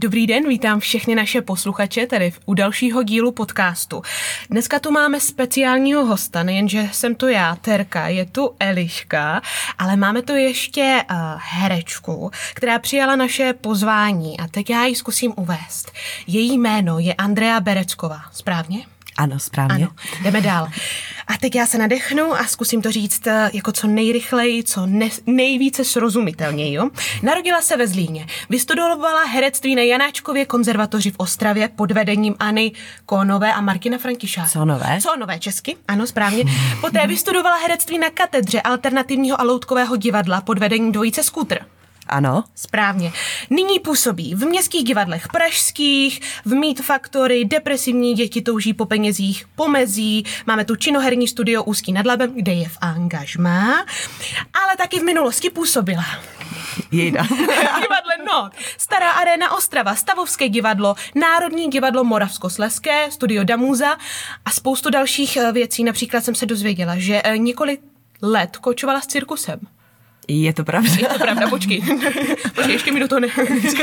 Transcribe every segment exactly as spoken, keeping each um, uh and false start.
Dobrý den, vítám všechny naše posluchače tady u dalšího dílu podcastu. Dneska tu máme speciálního hosta, nejenže jsem to já, Terka, je tu Eliška, ale máme tu ještě uh, herečku, která přijala naše pozvání a teď já ji zkusím uvést. Její jméno je Andrea Berecková, správně? Ano, správně. Ano, jdeme dál. A teď já se nadechnu a zkusím to říct jako co nejrychleji, co ne, nejvíce srozumitelněji. Jo? Narodila se ve Zlíně. Vystudovala herectví na Janáčkově konzervatoři v Ostravě pod vedením Anny Kónové a Martina Františáka. Conové. Conové, česky, ano, správně. Poté vystudovala herectví na katedře alternativního a loutkového divadla pod vedením dvojice Skútr. Ano. Správně. Nyní působí v městských divadlech pražských, v Meat Factory, Depresivní děti touží po penězích, Pomezí, máme tu činoherní studio Ústí nad Labem, kde je v angažmá, ale taky v minulosti působila. Jejda. Divadle Not, Stará aréna Ostrava, Stavovské divadlo, Národní divadlo Moravskoslezské, studio Damuza a spoustu dalších věcí. Například jsem se dozvěděla, že několik let kočovala s cirkusem. Je to pravda. Je to pravda, počkej. Počkej, ještě mi do toho ne.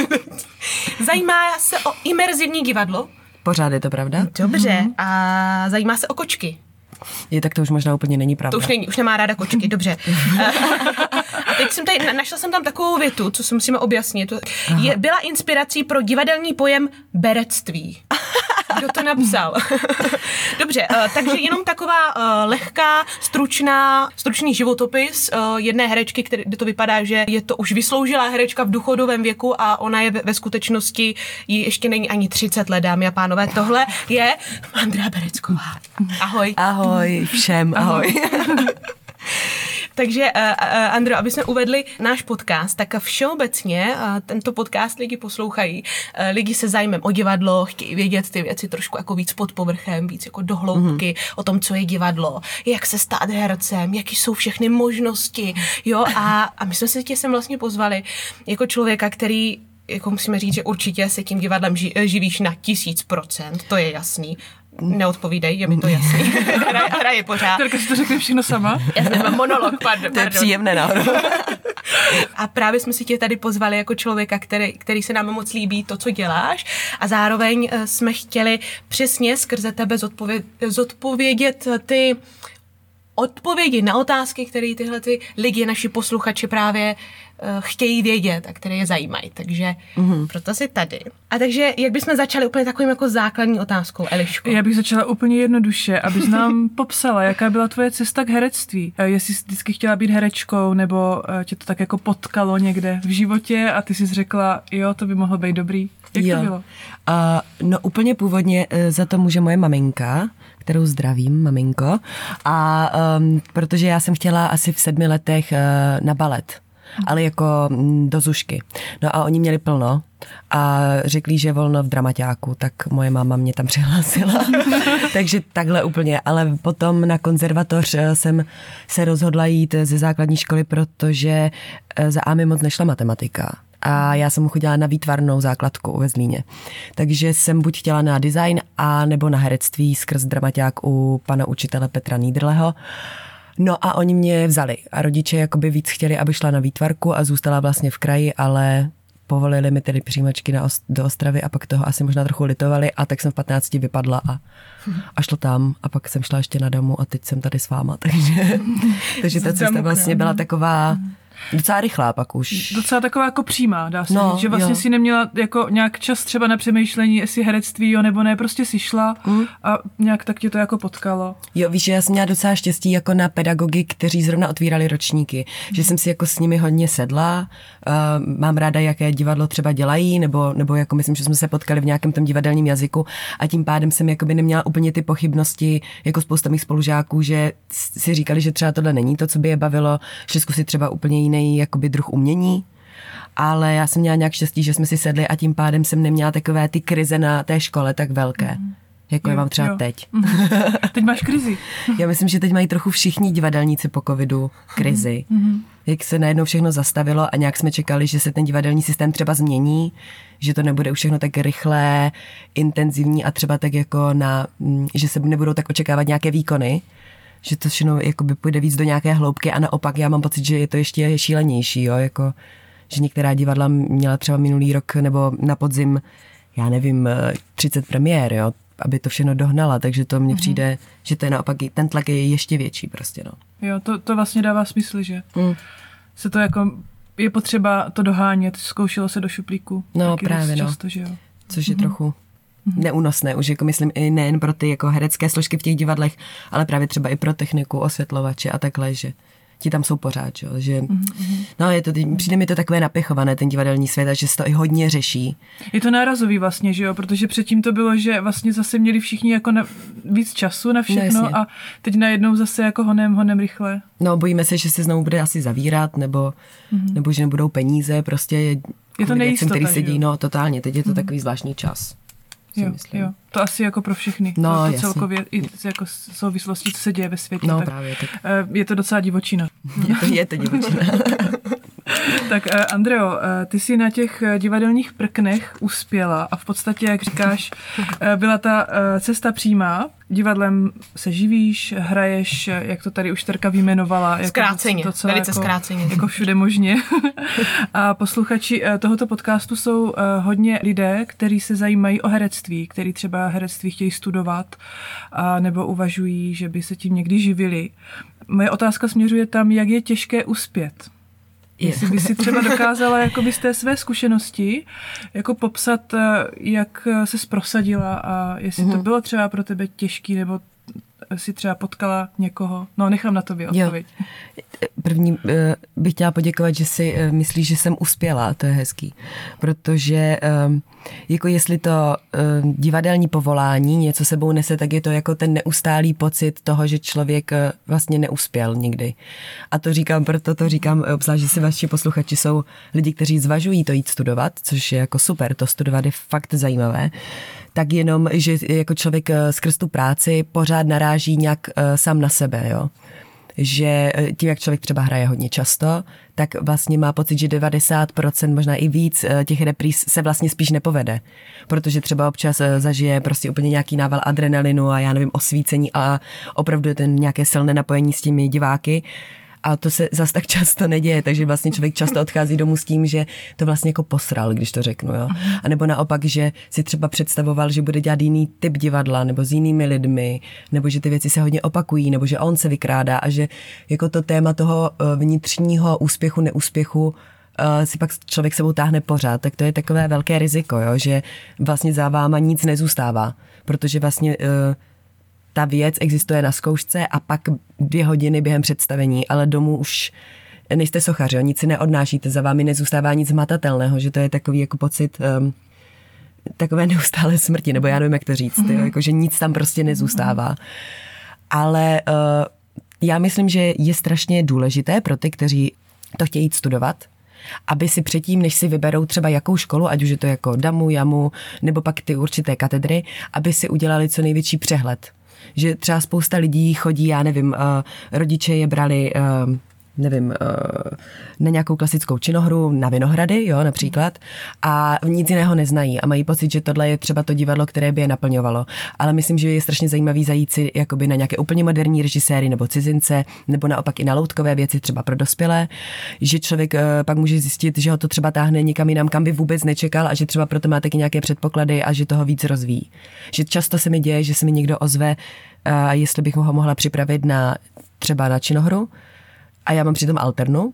Zajímá se o imerzivní divadlo? Pořád je to pravda. Dobře. A zajímá se o kočky? Je, tak to už možná úplně není pravda. To už není, už nemá ráda kočky, dobře. A teď jsem tady, našla jsem tam takovou větu, co si musíme objasnit. Je, byla inspirací pro divadelní pojem berectví. Kdo to napsal? Dobře, takže jenom taková lehká, stručná, stručný životopis jedné herečky, kde to vypadá, že je to už vysloužilá herečka v důchodovém věku a ona je ve skutečnosti, jí ještě není ani třicet let, dámy a pánové. Tohle je Andrea Berecková. Ahoj. Ahoj všem, ahoj. ahoj. Takže, uh, uh, Andro, aby jsme uvedli náš podcast, tak všeobecně uh, tento podcast lidi poslouchají. Uh, lidi se zájmem o divadlo, chtějí vědět ty věci trošku jako víc pod povrchem, víc jako do hloubky, mm-hmm. o tom, co je divadlo, jak se stát hercem, jaký jsou všechny možnosti, jo, a, a my jsme se tě sem vlastně pozvali jako člověka, který, jako musíme říct, že určitě se tím divadlem ži, živíš na tisíc procent, to je jasný. Neodpovídej, je mi to jasný. Hraje, hraje pořád. Terka si to řekne všechno sama. Já jsem monolog, pardon. To je příjemné náhodou. A právě jsme si tě tady pozvali jako člověka, který, který se nám moc líbí to, co děláš a zároveň jsme chtěli přesně skrze tebe zodpověd, zodpovědět ty odpovědi na otázky, které tyhle ty lidi, naši posluchači právě uh, chtějí vědět a které je zajímají. Takže mm-hmm. proto jsi tady. A takže jak bychom začali úplně takovým jako základní otázkou, Eliško? Já bych začala úplně jednoduše, abys nám popsala, jaká byla tvoje cesta k herectví. Jestli jsi vždycky chtěla být herečkou, nebo tě to tak jako potkalo někde v životě a ty jsi řekla, jo, to by mohlo být dobrý. Jak jo. to bylo? Uh, no úplně původně uh, za to může moje maminka, kterou zdravím, maminko. A um, protože já jsem chtěla asi v sedmi letech uh, na balet, ale jako mm, do Zušky. No a oni měli plno a řekli, že volno v dramaťáku, tak moje máma mě tam přihlásila. Takže takhle úplně. Ale potom na konzervatoř jsem se rozhodla jít ze základní školy, protože za A mi moc nešla matematika. A já jsem chodila na výtvarnou základku ve Zlíně. Takže jsem buď chtěla na design a nebo na herectví skrz dramaťák u pana učitele Petra Nídrleho. No a oni mě vzali. A rodiče jakoby víc chtěli, aby šla na výtvarku a zůstala vlastně v kraji, ale povolili mi tedy přijímačky na Ost- do Ostravy a pak toho asi možná trochu litovali a tak jsem v patnácti vypadla a, a šla tam a pak jsem šla ještě na Damu a teď jsem tady s váma. Takže, takže ta cesta vlastně byla taková docela rychlá pak už. Docela taková jako přímá, dá se no, říct, že vlastně jo. si neměla jako nějak čas třeba na přemýšlení, jestli herectví, jo, nebo ne, prostě si šla mm. a nějak tak tě to jako potkalo. Jo, víš, že já jsem měla docela štěstí jako na pedagogy, kteří zrovna otvírali ročníky, mm. že jsem si jako s nimi hodně sedla, uh, mám ráda, jaké divadlo třeba dělají, nebo, nebo jako myslím, že jsme se potkali v nějakém tom divadelním jazyku a tím pádem jsem jakoby neměla úplně ty pochybnosti, jako spousta mých spolužáků, že si říkali, že třeba tohle není to, co by je bavilo, že zkusit třeba úplně jiný jakoby druh umění, ale já jsem měla nějak štěstí, že jsme si sedli a tím pádem jsem neměla takové ty krize na té škole tak velké, mm. jako jo, je mám třeba jo. teď. Mm. Teď máš krizi. Já myslím, že teď mají trochu všichni divadelníci po covidu krizi. Mm. Jak se najednou všechno zastavilo a nějak jsme čekali, že se ten divadelní systém třeba změní, že to nebude už všechno tak rychlé, intenzivní a třeba tak jako na, že se nebudou tak očekávat nějaké výkony, že to všechno jakoby půjde víc do nějaké hloubky a naopak já mám pocit, že je to ještě šílenější, jo, jako, že některá divadla měla třeba minulý rok nebo na podzim, já nevím, třicet premiér, jo, aby to všechno dohnala, takže to mně mm-hmm. přijde, že to je naopak, ten tlak je ještě větší prostě, no. Jo, to, to vlastně dává smysl, že mm. se to jako, je potřeba to dohánět, zkoušelo se do šuplíku. No právě, no. Často, že jo. Což je mm-hmm. trochu neúnosné, už jako myslím i nejen pro ty jako herecké složky v těch divadlech, ale právě třeba i pro techniku, osvětlovače a takhle, že ti tam jsou pořád, že, že mm-hmm. no je to, přijde mi to takové napěchované, ten divadelní svět, a že se to i hodně řeší. Je to nárazový vlastně, že jo, protože předtím to bylo, že vlastně zase měli všichni jako na, víc času na všechno no, a teď najednou zase jako honem, honem rychle. No bojíme se, že se znovu bude asi zavírat, nebo, mm-hmm. nebo že nebudou peníze, prostě je, je to nejistota, který se dějí, no totálně, teď je to mm-hmm. takový zvláštní čas. Jo, jo, to asi jako pro všechny. No, to, to celkově i jako souvislosti, co se děje ve světě. No, tak, právě tak. Je to docela divočina. Je to, je to divočina. Tak Andreo, ty jsi na těch divadelních prknech uspěla a v podstatě, jak říkáš, byla ta cesta přímá. Divadlem se živíš, hraješ, jak to tady už Terka vyjmenovala. Jako zkráceně, docela velice jako, zkráceně. Jako všude možně. A posluchači tohoto podcastu jsou hodně lidé, kteří se zajímají o herectví, kteří třeba herectví chtějí studovat a nebo uvažují, že by se tím někdy živili. Moje otázka směřuje tam, jak je těžké uspět. Jestli by si třeba dokázala jakoby z té své zkušenosti jako popsat, jak se prosadila a jestli mm-hmm. to bylo třeba pro tebe těžký, nebo si třeba potkala někoho. No, nechám na tobě odpověď. Jo. První bych chtěla poděkovat, že si myslíš, že jsem uspěla, to je hezký. Protože jako jestli to divadelní povolání něco sebou nese, tak je to jako ten neustálý pocit toho, že člověk vlastně neuspěl nikdy. A to říkám, proto to říkám, obzvlášť, že si vaši posluchači jsou lidi, kteří zvažují to jít studovat, což je jako super, to studovat je fakt zajímavé. Tak jenom, že jako člověk skrz tu práci pořád naráží nějak sám na sebe, jo. Že tím, jak člověk třeba hraje hodně často, tak vlastně má pocit, že devadesát procent, možná i víc těch repríz se vlastně spíš nepovede. Protože třeba občas zažije prostě úplně nějaký nával adrenalinu a já nevím, osvícení a opravdu ten nějaké silné napojení s těmi diváky. A to se zas tak často neděje, takže vlastně člověk často odchází domů s tím, že to vlastně jako posral, když to řeknu, jo. A nebo naopak, že si třeba představoval, že bude dělat jiný typ divadla, nebo s jinými lidmi, nebo že ty věci se hodně opakují, nebo že on se vykrádá a že jako to téma toho vnitřního úspěchu, neúspěchu si pak člověk sebou táhne pořád, tak to je takové velké riziko, jo, že vlastně za váma nic nezůstává, protože vlastně ta věc existuje na zkoušce a pak dvě hodiny během představení, ale domů už nejste sochaři, jo, nic si neodnášíte, za vámi nezůstává nic hmatatelného, že to je takový jako pocit um, takové neustále smrti, nebo já nevím, jak to říct, mm-hmm. jo, jako, že nic tam prostě nezůstává. Ale uh, já myslím, že je strašně důležité pro ty, kteří to chtějí jít studovat, aby si předtím, než si vyberou třeba jakou školu, ať už je to jako damu, jamu, nebo pak ty určité katedry, aby si udělali co největší přehled. Že třeba spousta lidí chodí, já nevím, uh, rodiče je brali, uh, nevím, uh, na nějakou klasickou činohru, na Vinohrady, jo, například, a nic jiného neznají a mají pocit, že tohle je třeba to divadlo, které by je naplňovalo. Ale myslím, že je strašně zajímavý zajít si jakoby na nějaké úplně moderní režiséry nebo cizince, nebo naopak i na loutkové věci, třeba pro dospělé, že člověk uh, pak může zjistit, že ho to třeba táhne někam jinam, kam by vůbec nečekal a že třeba proto má taky nějaké předpoklady a že toho víc rozvíjí. Že často se mi děje, že se mi někdo ozve, uh, jestli bych ho mohla připravit na třeba na činohru, a já mám přitom alternu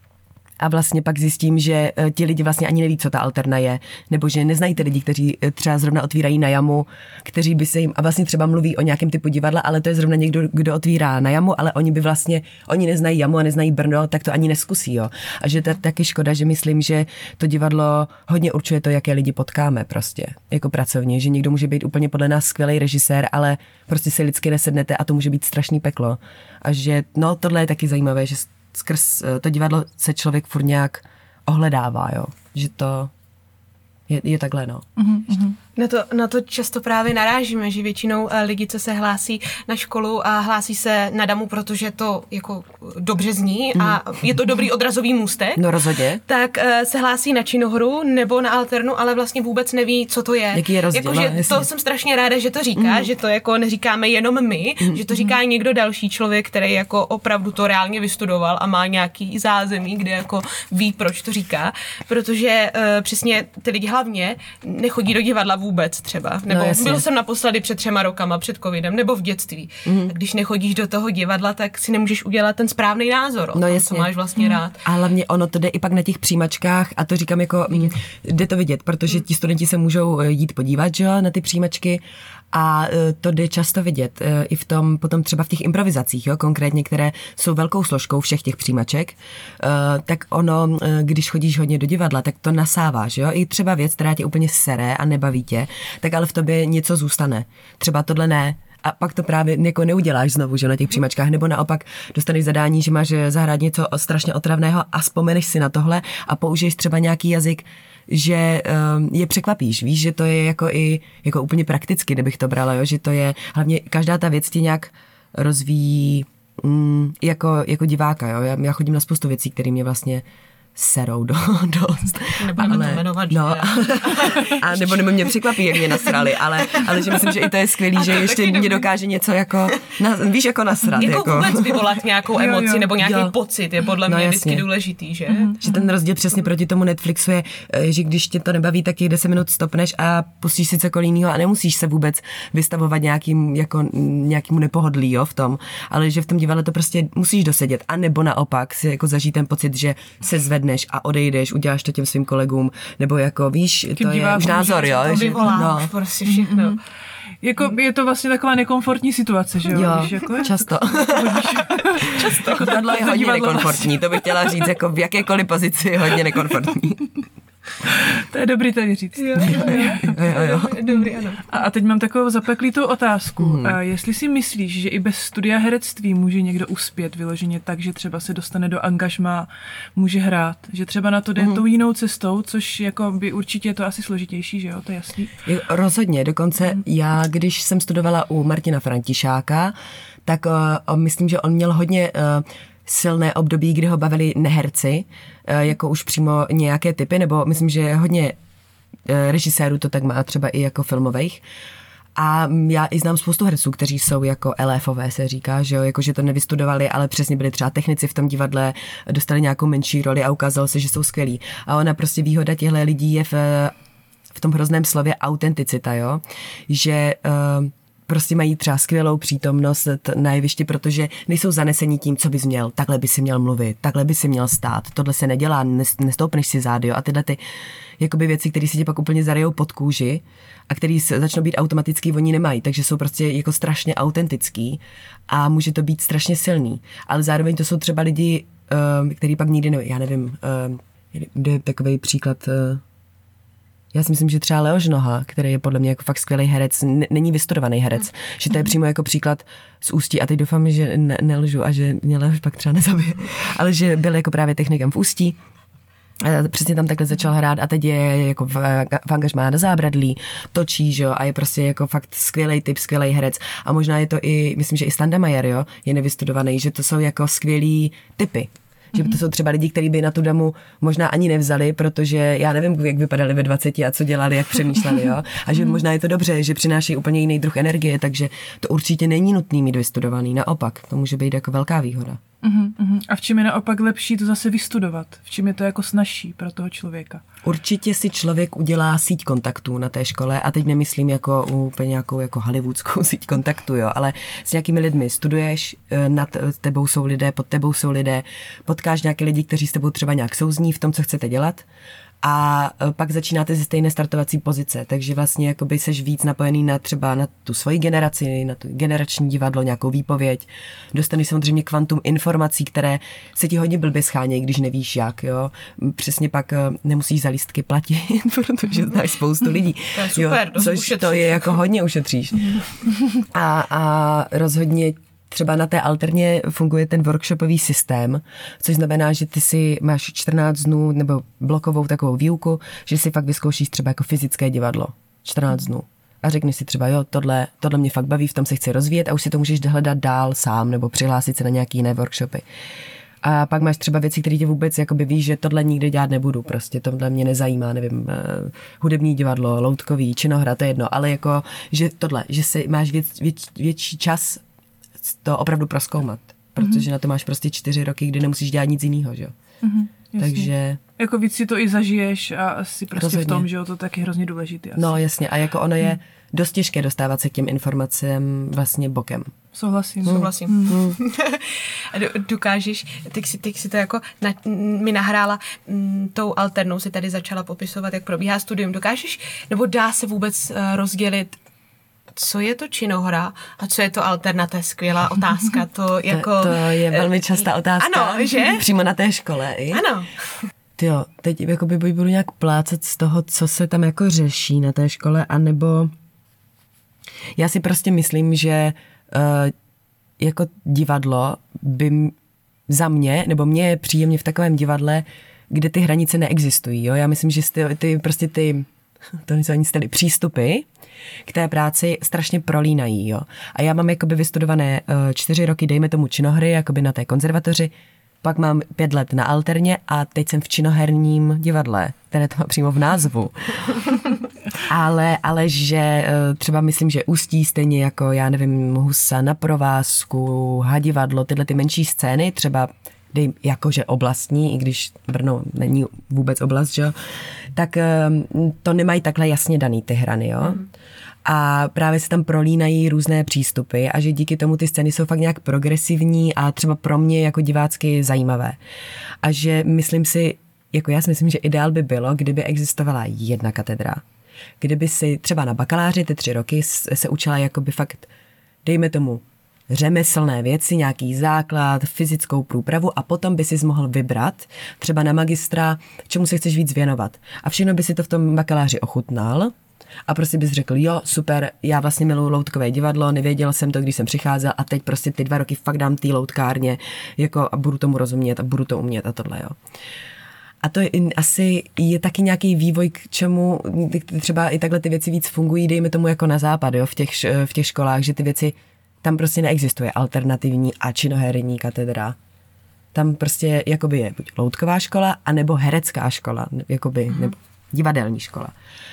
a vlastně pak zjistím, že ti lidi vlastně ani neví, co ta alterna je, nebo že neznají ty lidi, kteří třeba zrovna otvírají na jamu, kteří by se jim, a vlastně třeba mluví o nějakém typu divadla, ale to je zrovna někdo, kdo otvírá na jamu, ale oni by vlastně, oni neznají jamu a neznají Brno, tak to ani neskusí, jo. A že to je taky škoda, že myslím, že to divadlo hodně určuje to, jaké lidi potkáme prostě, jako pracovně, že někdo může být úplně podle nás skvělý režisér, ale prostě si lidsky nesednete a to může být strašný peklo. A že, no tohle je taky zajímavé, že skrz to divadlo se člověk furt nějak ohledává, jo. Že to je, je takhle, no. Mm-hmm. Na to, na to často právě narážíme, že většinou lidi, co se hlásí na školu a hlásí se na damu, protože to jako dobře zní a je to dobrý odrazový můstek. No rozhodně. Tak se hlásí na činohru nebo na alternu, ale vlastně vůbec neví, co to je. Jaký je rozdíl? Jako, že to jsem strašně ráda, že to říká, mm. že to jako neříkáme jenom my, mm. že to říká někdo další člověk, který jako opravdu to reálně vystudoval a má nějaký zázemí, kde jako ví, proč to říká, protože uh, přesně ty lidi hlavně nechodí do divadla vůbec třeba. Nebo no, byl jsem naposledy před třema rokama, před covidem, nebo v dětství. Mm. Když nechodíš do toho divadla, tak si nemůžeš udělat ten správný názor o tom, no, co máš vlastně mm. rád. A hlavně ono to jde i pak na těch přijímačkách a to říkám jako, mm. jde to vidět, protože ti studenti se můžou jít podívat, že jo, na ty přijímačky. A to jde často vidět i v tom, potom třeba v těch improvizacích, jo, konkrétně, které jsou velkou složkou všech těch přijímaček, tak ono, když chodíš hodně do divadla, tak to nasáváš, jo, i třeba věc, která tě úplně sere a nebaví tě, tak ale v tobě něco zůstane. Třeba tohle ne. A pak to právě jako neuděláš znovu, že na těch přijímačkách, nebo naopak dostaneš zadání, že máš zahrát něco strašně otravného a vzpomeneš si na tohle a použiješ třeba nějaký jazyk, že um, je překvapíš, víš, že to je jako i jako úplně prakticky, kdybych to brala, jo? Že to je, hlavně každá ta věc tě nějak rozvíjí mm, jako, jako diváka, jo? Já, já chodím na spoustu věcí, které mě vlastně serou do, dost. Nebudeme to jmenovat, no, a nebo, nebo mě překvapí, jak mě nasrali, ale, ale že myslím, že i to je skvělý, že ještě mě dokáže něco jako, na, víš, jako nasrat. Jako, jako vůbec vyvolat nějakou emoci jo, jo, nebo nějaký jo. pocit je podle no, mě jasně. vždycky důležitý, že? Mm-hmm. Že ten rozdíl přesně proti tomu Netflixu je, že když tě to nebaví, tak je deset minut stopneš a pustíš si cokoliv jiného a nemusíš se vůbec vystavovat nějakým, jako, nějakému nepohodlí, jo, v tom, ale že v tom divadle to prostě musíš dosedět, a nebo naopak si jako zažít ten pocit, že se zvedneš a odejdeš, uděláš to těm svým kolegům, nebo jako víš, Tím to je už názor, jo. To vyvolá no. prostě všechno. Mm-hmm. Jako je to vlastně taková nekomfortní situace, že jo? Jo, víš, jako často. často. Jako tohle je hodně nekomfortní, to bych chtěla říct, jako v jakékoliv pozici je hodně nekomfortní. To je dobrý tady říct. Jo, jo, jo. jo, jo. Dobrý, ano. A teď mám takovou zapeklitou otázku. Hmm. A jestli si myslíš, že i bez studia herectví může někdo uspět vyloženě tak, že třeba se dostane do angažmá, může hrát, že třeba na to jde hmm. tou jinou cestou, což jako by určitě je to asi složitější, že jo, to je jasný. Rozhodně, dokonce hmm. já, když jsem studovala u Martina Františáka, tak uh, myslím, že on měl hodně uh, silné období, kdy ho bavili neherci, jako už přímo nějaké typy, nebo myslím, že hodně režisérů to tak má, třeba i jako filmových. A já i znám spoustu herců, kteří jsou jako eléfové, se říká, že jo, jako že to nevystudovali, ale přesně byli třeba technici v tom divadle, dostali nějakou menší roli a ukázalo se, že jsou skvělí. A ona prostě výhoda těchto lidí je v, v tom hrozném slově autenticita, jo, že uh, prostě mají třeba skvělou přítomnost na jevišti, protože nejsou zanesení tím, co bys měl. Takhle by si měl mluvit, takhle by si měl stát. Tohle se nedělá, nestoupneš si zády, jo. A tyhle ty jakoby věci, které si tě pak úplně zaryjou pod kůži a které začnou být automatický, oni nemají, takže jsou prostě jako strašně autentický a může to být strašně silný. Ale zároveň to jsou třeba lidi, který pak nikdy neví, já nevím, kde je takový příklad. Já si myslím, že třeba Leoš Noha, který je podle mě jako fakt skvělý herec, n- není vystudovaný herec, mm. že to je přímo jako příklad z Ústí a teď doufám, že ne- nelžu a že mě Leoš pak třeba nezabije, ale že byl jako právě technikem v Ústí. Přesně tam takhle začal hrát a teď je jako v, v angažmá na Zábradlí, točí, že jo, a je prostě jako fakt skvělý typ, skvělý herec a možná je to i, myslím, že i Standa Majer, jo, je nevystudovaný, že to jsou jako skvělý typy. Že to jsou třeba lidi, kteří by na tu damu možná ani nevzali, protože já nevím, jak vypadali ve dvaceti a co dělali, jak přemýšleli, jo. A že možná je to dobře, že přináší úplně jiný druh energie, takže to určitě není nutný mít vystudovaný. Naopak, to může být jako velká výhoda. Uhum, uhum. A v čem je naopak lepší to zase vystudovat? V čem je to jako snazší pro toho člověka? Určitě si člověk udělá síť kontaktů na té škole a teď nemyslím jako úplně nějakou jako hollywoodskou síť kontaktů, jo, ale s nějakými lidmi studuješ, nad tebou jsou lidé, pod tebou jsou lidé, potkáš nějaké lidi, kteří s tebou třeba nějak souzní v tom, co chcete dělat. A pak začínáte ze stejné startovací pozice, takže vlastně jakoby seš víc napojený na třeba na tu svoji generaci, na tu generační divadlo, nějakou výpověď. Dostaneš samozřejmě kvantum informací, které se ti hodně blbě schánějí, když nevíš jak, jo. Přesně pak nemusíš za lístky platit, protože znáš spoustu lidí. To je super, jo, což to je jako hodně ušetříš. A, a rozhodně třeba na té alterně funguje ten workshopový systém, což znamená, že ty si máš čtrnáct dnů nebo blokovou takovou výuku, že si fakt vyzkoušíš třeba jako fyzické divadlo. čtrnáct dnů. A řekni si třeba, jo, tohle, tohle mě fakt baví, v tom se chci rozvíjet a už si to můžeš hledat dál sám nebo přihlásit se na nějaký jiné workshopy. A pak máš třeba věci, které tě vůbec jakoby víš, že tohle nikdy dělat nebudu, prostě tohle mě nezajímá, nevím, uh, hudební divadlo, loutkový, činohra, to je jedno, ale jako, že tohle, že si máš věc, věč, větší čas to opravdu prozkoumat, protože mm-hmm. na to máš prostě čtyři roky, kdy nemusíš dělat nic jiného, že jo. Mm-hmm. Takže... Jako víc si to i zažiješ a asi prostě rozhodně. V tom, že jo, to taky hrozně důležitý. Asi. No jasně, a jako ono je hmm. dost těžké dostávat se k těm informacím vlastně bokem. Souhlasím. Hmm. Souhlasím. Hmm. Dokážeš, teď si, teď si to jako na, mi nahrála m, tou alternou, si tady začala popisovat, jak probíhá studium. Dokážeš, nebo dá se vůbec uh, rozdělit, co je to činohra a co je to alterna, to je skvělá otázka. To, jako, to, to je velmi častá otázka. Ano, že? Přímo na té škole. I? Ano. Tyjo, teď jakoby budu nějak plácat z toho, co se tam jako řeší na té škole, anebo já si prostě myslím, že uh, jako divadlo by za mě, nebo mě je příjemně v takovém divadle, kde ty hranice neexistují. Jo? Já myslím, že ty, ty prostě ty, to nejsou ani styly, přístupy k té práci strašně prolínají. Jo? A já mám jakoby vystudované uh, čtyři roky, dejme tomu činohry, jakoby na té konzervatoři, pak mám pět let na alterně a teď jsem v činoherním divadle, které to má přímo v názvu. ale, ale že třeba myslím, že Ústí stejně jako, já nevím, Husa na provázku, Hadivadlo, tyhle ty menší scény, třeba dej, jakože oblastní, i když Brno není vůbec oblast, že? Tak to nemají takhle jasně daný ty hrany, jo. Mm. A právě se tam prolínají různé přístupy a že díky tomu ty scény jsou fakt nějak progresivní a třeba pro mě jako divácky zajímavé. A že myslím si, jako já si myslím, že ideál by bylo, kdyby existovala jedna katedra. Kdyby si třeba na bakaláři ty tři roky se učila jakoby fakt, dejme tomu, řemeslné věci, nějaký základ, fyzickou průpravu a potom by si mohl vybrat třeba na magistra, čemu se chceš víc věnovat. A všechno by si to v tom bakaláři ochutnal a prostě bys řekl, jo, super, já vlastně miluji loutkové divadlo, nevěděl jsem to, když jsem přicházel a teď prostě ty dva roky fakt dám té loutkárně jako a budu tomu rozumět a budu to umět a tohle, jo. A to je, asi je taky nějaký vývoj, k čemu třeba i takhle ty věci víc fungují, dejme tomu jako na západ, jo, v těch, v těch školách, že ty věci, tam prostě neexistuje alternativní a činoherní katedra. Tam prostě jakoby je buď loutková škola, anebo herecká škola, jakoby, mm-hmm. nebo divadelní škola.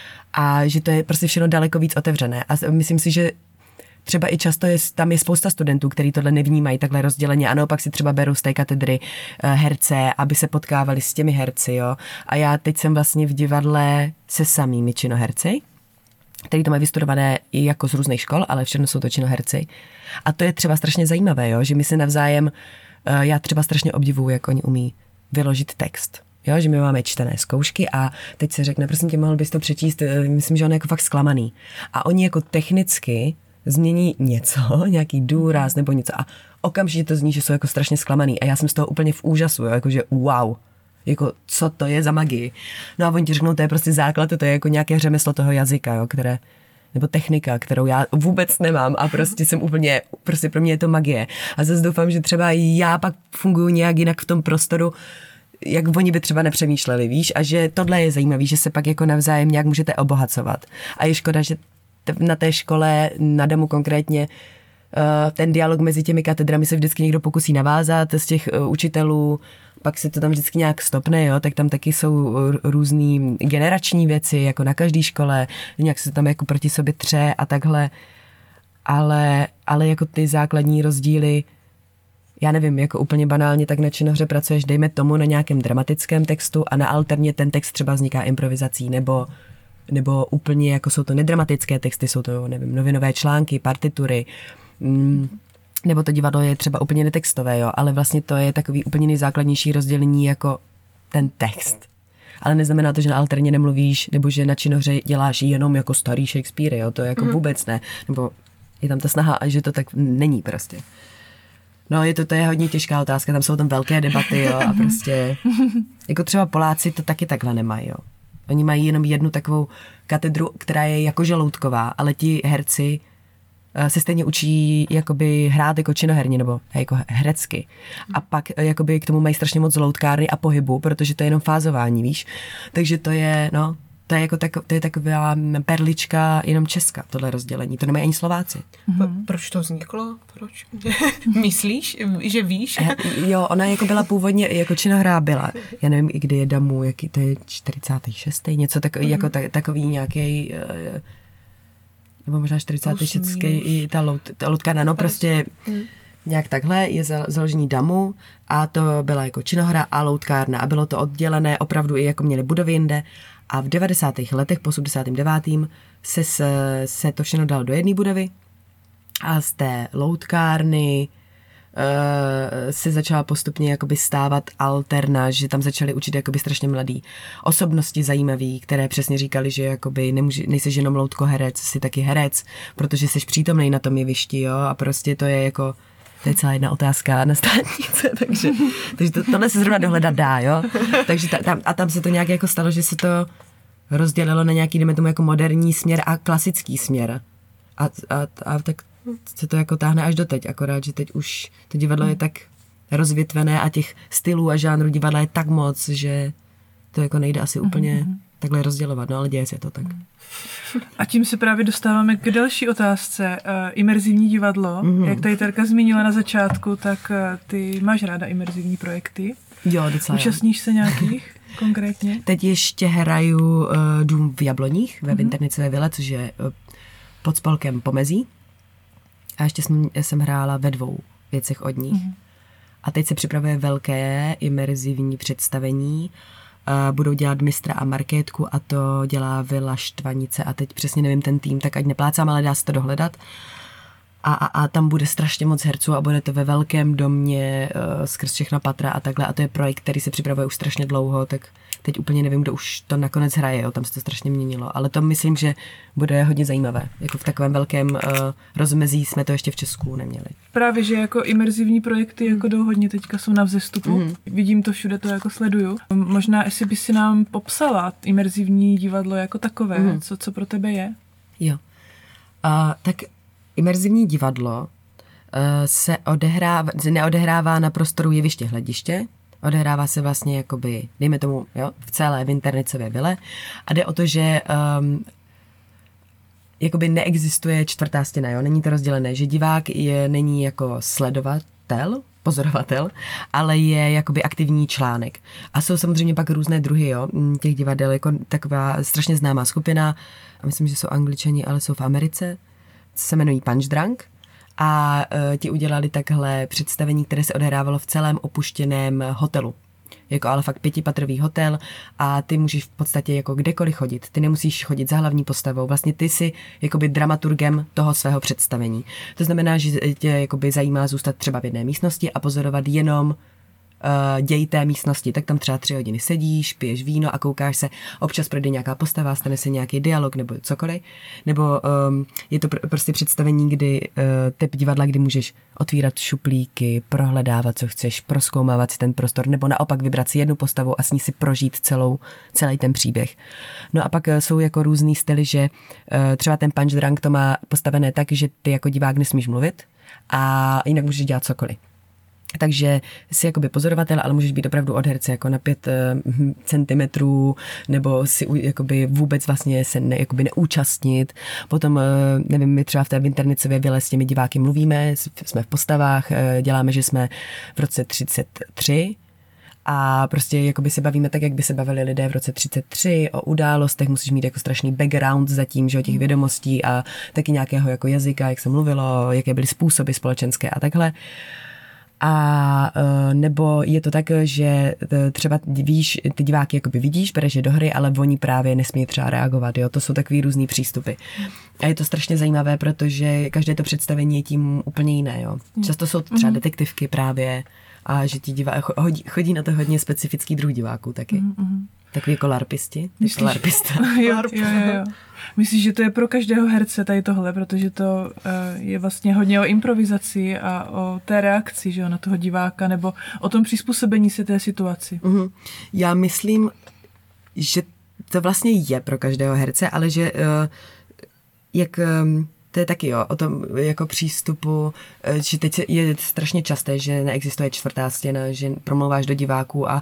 A že to je prostě všechno daleko víc otevřené. A myslím si, že třeba i často je, tam je spousta studentů, kteří tohle nevnímají takhle rozděleně a naopak si třeba berou z té katedry herce, aby se potkávali s těmi herci, jo. A já teď jsem vlastně v divadle se samými činoherci, který to mají vystudované i jako z různých škol, ale všechno jsou to činoherci. A to je třeba strašně zajímavé, jo, že my se navzájem, já třeba strašně obdivuju, jak oni umí vyložit text. Jo, že my máme čtené zkoušky a teď se řekne, prosím tě, mohl bys to přečíst, myslím, že on je jako fakt zklamaný. A oni jako technicky změní něco, nějaký důraz nebo něco a okamžitě to zní, že jsou jako strašně zklamaný a já jsem z toho úplně v úžasu, jo, jakože wow, jako co to je za magii. No a oni ti řeknou, to je prostě základ, to je jako nějaké řemeslo toho jazyka, jo, které, nebo technika, kterou já vůbec nemám a prostě jsem úplně, prostě pro mě je to magie. A zase doufám, že třeba já pak funguji nějak jinak v tom prostoru, jak oni by třeba nepřemýšleli, víš, a že tohle je zajímavé, že se pak jako navzájem nějak můžete obohacovat. A je škoda, že na té škole, na Damu konkrétně, ten dialog mezi těmi katedrami se vždycky někdo pokusí navázat z těch učitelů, pak se to tam vždycky nějak stopne, jo, tak tam taky jsou různý generační věci, jako na každé škole, nějak se tam jako proti sobě tře a takhle, ale, ale jako ty základní rozdíly, já nevím, jako úplně banálně, tak na činohře pracuješ, dejme tomu, na nějakém dramatickém textu a na alterně ten text třeba vzniká improvizací, nebo, nebo úplně jako jsou to nedramatické texty, jsou to, nevím, novinové články, partitury, mm, nebo to divadlo je třeba úplně netextové, jo, ale vlastně to je takový úplně nejzákladnější rozdělení jako ten text. Ale neznamená to, že na alterně nemluvíš, nebo že na činohře děláš jenom jako starý Shakespeare, jo, to je jako mm. vůbec ne, nebo je tam ta snaha, a že to tak není prostě. No, je to, to je hodně těžká otázka, tam jsou tam velké debaty, jo, a prostě, jako třeba Poláci to taky takhle nemají, jo. Oni mají jenom jednu takovou katedru, která je jako žaloutková, ale ti herci se stejně učí jakoby hrát jako činoherně, nebo jako herecky. A pak jakoby k tomu mají strašně moc loutkárny a pohybu, protože to je jenom fázování, víš. Takže to je, no, To je, jako tak, to je taková perlička jenom česká, tohle rozdělení. To nemají ani Slováci. Mm-hmm. Proč to vzniklo? Proč? Myslíš, že víš? Jo, ona jako byla původně, jako činohra byla. Já nevím, i kdy je Damu, jaký to je čtyřicátý šestý něco tak, mm-hmm. jako ta, takový nějaký nebo možná čtyřicátý šestý i ta, lout, ta loutkárna, no prostě mm. nějak takhle je založení Damu a to byla jako činohra a loutkárna a bylo to oddělené, opravdu i jako měli budovy jinde. A v devadesátých letech, po osmdesátém devátém se, se to všechno dalo do jedné budovy a z té loutkárny uh, se začala postupně jakoby stávat alterna, že tam začali učit jakoby strašně mladý osobnosti zajímavý, které přesně říkali, že jakoby nemůže, nejseš jenom loutkoherec, jsi taky herec, protože jsi přítomnej na tom jevišti, jo, a prostě to je jako to je celá jedna otázka na státnice, takže, takže to, tohle se zrovna dohledat dá, jo. Takže ta, tam, a tam se to nějak jako stalo, že se to rozdělilo na nějaký, jdeme tomu jako moderní směr a klasický směr. A, a, a tak se to jako táhne až doteď, akorát, že teď už to divadlo je tak rozvětvené a těch stylů a žánrů divadla je tak moc, že to jako nejde asi úplně takhle rozdělovat, no ale děje se to tak. A tím se právě dostáváme k další otázce. Uh, imerzivní divadlo, mm-hmm. jak tady Terka zmínila na začátku, tak uh, ty máš ráda imerzivní projekty? Jo, docela. Účastníš se nějakých konkrétně? Teď ještě hraju uh, Dům v Jabloních ve mm-hmm. Vinternicové vile, což je uh, pod spolkem Pomezí. A ještě jsem, jsem hrála ve dvou věcech od nich. Mm-hmm. A teď se připravuje velké imerzivní představení. Uh, budou dělat Mistra a Markétku a to dělá Vila Štvanice a teď přesně nevím ten tým, tak ať neplácám, ale dá se to dohledat. A, a, a tam bude strašně moc herců a bude to ve velkém domě uh, skrz všechna patra a takhle a to je projekt, který se připravuje už strašně dlouho, tak teď úplně nevím, kdo už to nakonec hraje, jo, tam se to strašně měnilo, ale to myslím, že bude hodně zajímavé. Jako v takovém velkém uh, rozmezí jsme to ještě v Česku neměli. Právě, že jako imerzivní projekty jako jdou hodně teďka jsou na vzestupu. Mm. Vidím to všude, to jako sleduju. Možná, jestli by si nám popsala imerzivní divadlo jako takové, mm. co, co pro tebe je? Jo. Uh, tak imerzivní divadlo uh, se odehrává, neodehrává na prostoru jeviště hlediště, odehrává se vlastně jakoby, dejme tomu, jo, v celé Vinternicové vile a jde o to, že um, jakoby neexistuje čtvrtá stěna, jo, není to rozdělené, že divák je, není jako sledovatel, pozorovatel, ale je jakoby aktivní článek. A jsou samozřejmě pak různé druhy, jo, těch divadel, jako taková strašně známá skupina, a myslím, že jsou Angličani, ale jsou v Americe, se jmenují Punch Drunk a uh, ti udělali takhle představení, které se odehrávalo v celém opuštěném hotelu. Jako ale fakt pětipatrový hotel a ty můžeš v podstatě jako kdekoliv chodit. Ty nemusíš chodit za hlavní postavou. Vlastně ty jsi jakoby dramaturgem toho svého představení. To znamená, že tě jakoby zajímá zůstat třeba v jedné místnosti a pozorovat jenom Uh, děj té místnosti, tak tam třeba tři hodiny sedíš, piješ víno a koukáš se, občas projde nějaká postava, stane se nějaký dialog nebo cokoliv, nebo um, je to pr- prostě představení, kdy uh, typ divadla, kdy můžeš otvírat šuplíky, prohledávat, co chceš, prozkoumávat si ten prostor, nebo naopak vybrat si jednu postavu a s ní si prožít celou, celý ten příběh. No a pak uh, jsou jako různý styly, že uh, třeba ten Punch Drunk to má postavené tak, že ty jako divák nesmíš mluvit a jinak můžeš dělat cokoliv. Takže jsi jakoby pozorovatel, ale můžeš být opravdu od herce jako na pět uh, centimetrů, nebo si jakoby vůbec vlastně se ne, jakoby neúčastnit. Potom, uh, nevím, my třeba v té Vinternicové vile s těmi diváky mluvíme, jsme v postavách, uh, děláme, že jsme v roce třicet tři a prostě jakoby se bavíme tak, jak by se bavili lidé v roce třicet tři o událostech, musíš mít jako strašný background zatím, že o těch vědomostí a taky nějakého jako jazyka, jak se mluvilo, jaké byly způsoby společenské a takhle. A nebo je to tak, že třeba víš, ty diváky jakoby vidíš, bereš je do hry, ale oni právě nesmí třeba reagovat, jo, to jsou takový různý přístupy. A je to strašně zajímavé, protože každé to představení je tím úplně jiné, jo. Často jsou to třeba detektivky právě a že ti divá, chodí, chodí na to hodně specifický druh diváků taky. Mm-hmm. Takový jako larpisti. Myslíš, larpista. jo, jo, jo. Myslíš, že to je pro každého herce tady tohle, protože to uh, je vlastně hodně o improvizaci a o té reakci, že jo, na toho diváka, nebo o tom přizpůsobení se té situaci. Mm-hmm. Já myslím, že to vlastně je pro každého herce, ale že uh, jak... Um, to je taky jo, o tom jako přístupu, že teď je strašně časté, že neexistuje čtvrtá stěna, že promlouváš do diváků a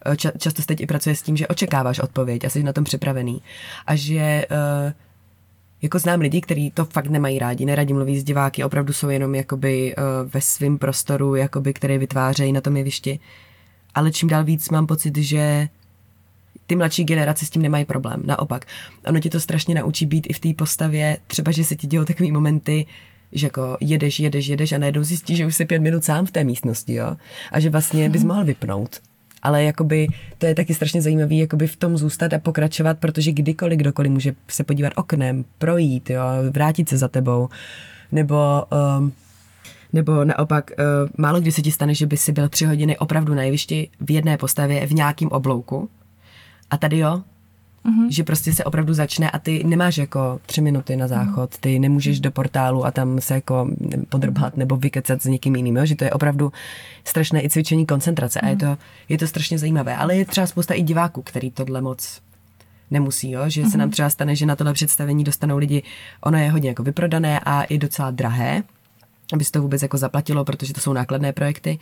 ča, často se teď i pracuje s tím, že očekáváš odpověď a jsi na tom připravený. A že uh, jako znám lidi, kteří to fakt nemají rádi, neradi mluví s diváky, opravdu jsou jenom jakoby uh, ve svém prostoru, jakoby, který vytvářejí na tom jevišti. Ale čím dál víc mám pocit, že ty mladší generace s tím nemají problém. Naopak, ono ti to strašně naučí být i v té postavě, třeba, že se ti dějou takový momenty, že jako jedeš, jedeš, jedeš a najednou zjistíš, že už jsi pět minut sám v té místnosti, jo? A že vlastně bys mohl vypnout. Ale jakoby to je taky strašně zajímavý jakoby v tom zůstat a pokračovat, protože kdykoliv, kdokoliv může se podívat oknem, projít, jo? Vrátit se za tebou, nebo... Um, nebo naopak, uh, málo kdy se ti stane, že by si byl tři hodiny opravdu na jevišti v jedné postavě v nějakým oblouku. A tady jo, mm-hmm. že prostě se opravdu začne a ty nemáš jako tři minuty na záchod, ty nemůžeš do portálu a tam se jako podrbat nebo vykecat s někým jiným, jo? Že to je opravdu strašné i cvičení koncentrace mm-hmm. a je to, je to strašně zajímavé. Ale je třeba spousta i diváků, který tohle moc nemusí, jo? Že mm-hmm. se nám třeba stane, že na tohle představení dostanou lidi, ono je hodně jako vyprodané a i docela drahé, aby se to vůbec jako zaplatilo, protože to jsou nákladné projekty.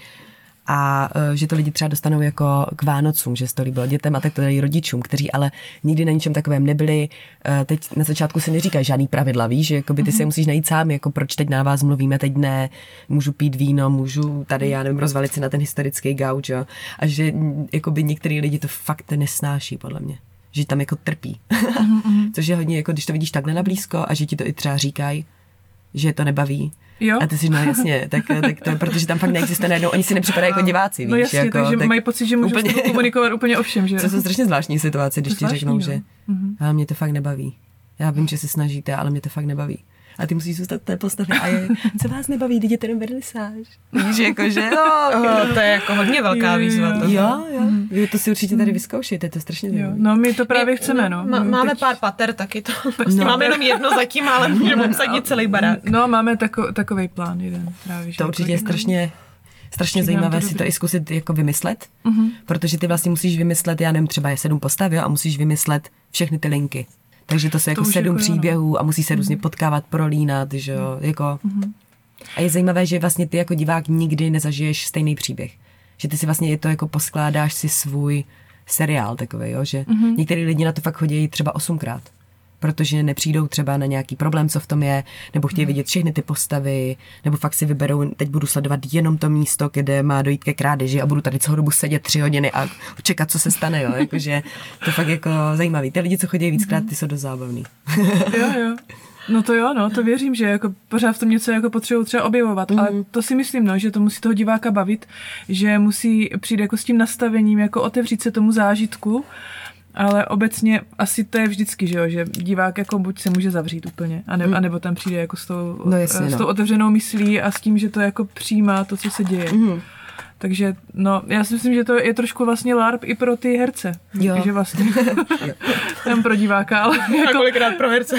A uh, že to lidi třeba dostanou jako k Vánocům, že se to líbilo dětem a tak to dají rodičům, kteří ale nikdy na ničem takovém nebyli. Uh, teď na začátku se neříkají žádný pravidla, víš, že jakoby ty mm-hmm. se musíš najít sám, jako proč teď na vás mluvíme, teď ne, můžu pít víno, můžu tady, já nevím, rozvalit si na ten historický gauč, jo. A že jakoby některý lidi to fakt nesnáší, podle mě. Že tam jako trpí. Mm-hmm. Což je hodně, jako když to vidíš takhle nablízko a že ti to i třeba říkají, že to nebaví. Jo? A ty si, no jasně, tak, tak to je, protože tam fakt neexistuje najednou, oni si nepřipadají jako diváci, víš. No jasně, jako, takže tak mají pocit, že můžou úplně, komunikovat úplně o všem, že? To jsou strašně zvláštní situace, když ti řeknou, no. že mm-hmm. ale mě to fakt nebaví. Já vím, že se snažíte, ale mě to fakt nebaví. A ty musíš zůstat v té postavě a je, co vás nebaví, teď je ten vernisáž. Víš, jakože, jo. Oh, to je jako hodně velká výzva. Jo, jo, jo. Mm. To si určitě tady vyzkoušejte, to je strašně zajímavé. No, my to právě my, chceme, no. Má, máme teď... pár pater taky to. Vlastně no. Máme jenom jedno zatím, ale můžeme obsadit celý barák. No, máme tako, takovej plán jeden právě. To určitě je strašně... Strašně Přijím zajímavé to si to i zkusit jako vymyslet, uh-huh. protože ty vlastně musíš vymyslet, já nevím, třeba je sedm postav, jo, a musíš vymyslet všechny ty linky. Takže to jsou jako to sedm jako příběhů a musí se různě potkávat, prolínat, že jo, jako. Uh-huh. A je zajímavé, že vlastně ty jako divák nikdy nezažiješ stejný příběh. Že ty si vlastně je to jako poskládáš si svůj seriál takový, jo, že uh-huh. některý lidi na to fakt chodí třeba osmkrát. Protože nepřijdou třeba na nějaký problém, co v tom je, nebo chtějí vidět všechny ty postavy, nebo fakt si vyberou, teď budu sledovat jenom to místo, kde má dojít ke krádeži a budu tady celou dobu sedět tři hodiny a čekat, co se stane, jo, jakože to fakt jako zajímavý. Ty lidi, co chodí víckrát, ty jsou dost zábavný. Jo, jo. No to jo, no, to věřím, že jako pořád v tom něco jako potřebují třeba objevovat, mm. ale to si myslím, no, že to musí toho diváka bavit, že musí přijít jako s tím nastavením, jako otevřít se tomu zážitku. Ale obecně asi to je vždycky, že jo, že divák jako buď se může zavřít úplně, anebo, anebo tam přijde jako s tou, no jasně, s tou no. otevřenou myslí a s tím, že to jako přijímá to, co se děje. Mm. Takže no, já si myslím, že to je trošku vlastně larp i pro ty herce. Jo. Takže vlastně tam pro diváka, ale jako... kolikrát pro herce.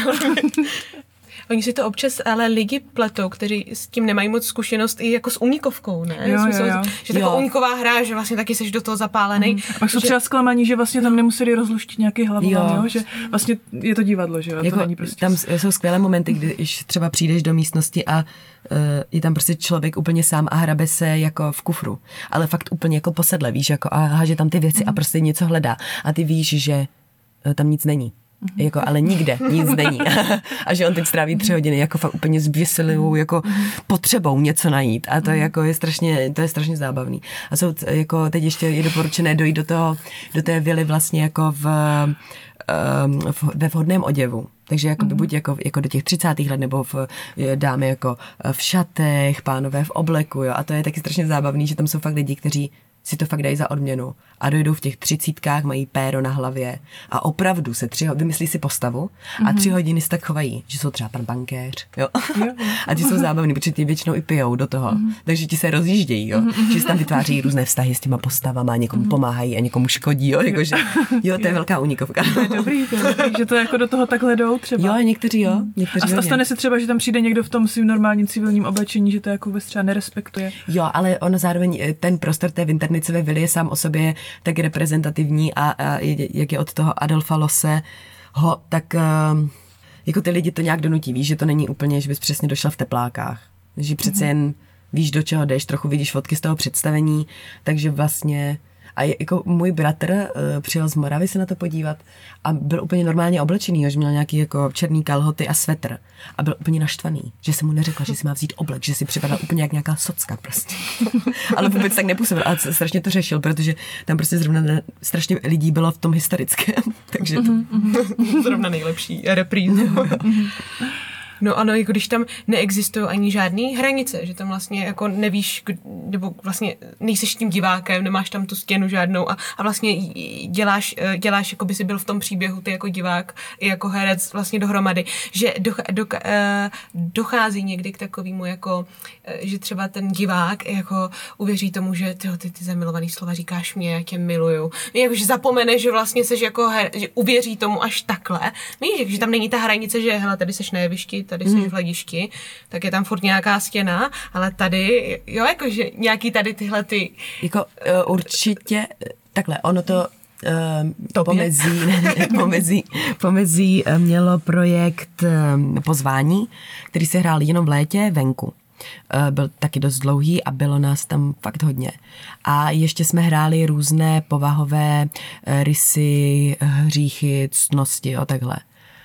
Oni si to občas, ale lidi pletou, kteří s tím nemají moc zkušenost i jako s únikovkou, ne? Jo, Smysl, jo, jo. Že taková úniková hra, že vlastně taky seš do toho zapálený. Mm. A pak jsou že... třeba zklamaní, že vlastně tam nemuseli rozluštit nějaký hlavu, jo. Jo? Že vlastně je to divadlo, že jo? Jako, to není prostě... Tam jsou skvělé momenty, když třeba přijdeš do místnosti a uh, je tam prostě člověk úplně sám a hrabe se jako v kufru. Ale fakt úplně jako posedle, víš, jako a háže tam ty věci mm. a prostě něco hledá. A ty víš, že uh, tam nic není. Mm-hmm. Jako, ale nikde nic není. A že on teď stráví tři hodiny jako fakt úplně zběsilou jako potřebou něco najít. A to je jako je strašně, to je strašně zábavný. A jsou jako teď ještě je doporučené dojít do toho, do té vily vlastně jako v, v ve vhodném oděvu. Takže jako mm-hmm. buď jako, jako do těch třicátých let, nebo v, dámy jako v šatech, pánové v obleku, jo. A to je taky strašně zábavný, že tam jsou fakt lidi, kteří si to fakt dají za odměnu a dojdou v těch třicítkách, mají péro na hlavě a opravdu se tři, vymyslí si postavu a tři hodiny se tak chovají, že jsou třeba pan bankéř, jo. jo. A ti jsou zábavní, protože ti většinou i pijou do toho, mm-hmm. takže ti se rozjíždějí, jo. Mm-hmm. Že se tam vytváří různé vztahy s těma postavama a někomu mm-hmm. pomáhají a někomu škodí, jo. Jakože, jo, to je velká únikovka. To je dobrý, to je dobrý, že to jako do toho takhle jdou třeba. Jo, někteří jo. Někteří a stane se třeba, že tam přijde někdo v tom svým normálním civilním oblečení, že to jako vůbec třeba nerespektuje. Jo, ale ono zároveň ten prostor té Winternicové vily je sám o sobě tak reprezentativní a, a jak je od toho Adolfa Losse ho, tak uh, jako ty lidi to nějak donutí, víš, že to není úplně, že bys přesně došla v teplákách, že přece jen víš, do čeho jdeš, trochu vidíš fotky z toho představení, takže vlastně A jako můj bratr uh, přijel z Moravy se na to podívat a byl úplně normálně oblečený, jo, že měl nějaký jako černý kalhoty a svetr. A byl úplně naštvaný, že jsem mu neřekla, že si má vzít oblek, že si připadala úplně jak nějaká socka prostě. Ale vůbec tak nepůsobil, ale strašně to řešil, protože tam prostě zrovna ne, strašně lidí bylo v tom historickém. Takže to... Zrovna nejlepší repríza. No ano, jako když tam neexistují ani žádné hranice, že tam vlastně jako nevíš, nebo vlastně nejseš tím divákem, nemáš tam tu stěnu žádnou a, a vlastně děláš, děláš, jako by si byl v tom příběhu, ty jako divák i jako herec vlastně dohromady, že doch, do, dochází někdy k takovému jako, že třeba ten divák jako uvěří tomu, že tyjo, ty, ty zamilovaný slova říkáš mě, já tě miluju. Jakože zapomene, že vlastně seš jako her, že uvěří tomu až takhle. Víš, že tam není ta hranice, že hele, tady seš na jevišti, tady jsi v hledišti, tak je tam furt nějaká stěna, ale tady, jo, jakože nějaký tady tyhle ty... Jako uh, určitě, takhle, ono to uh, pomezí, pomezí, pomezí uh, mělo projekt uh, Pozvání, který se hrál jenom v létě venku. Uh, byl taky dost dlouhý a bylo nás tam fakt hodně. A ještě jsme hráli různé povahové uh, rysy, hříchy, ctnosti a takhle.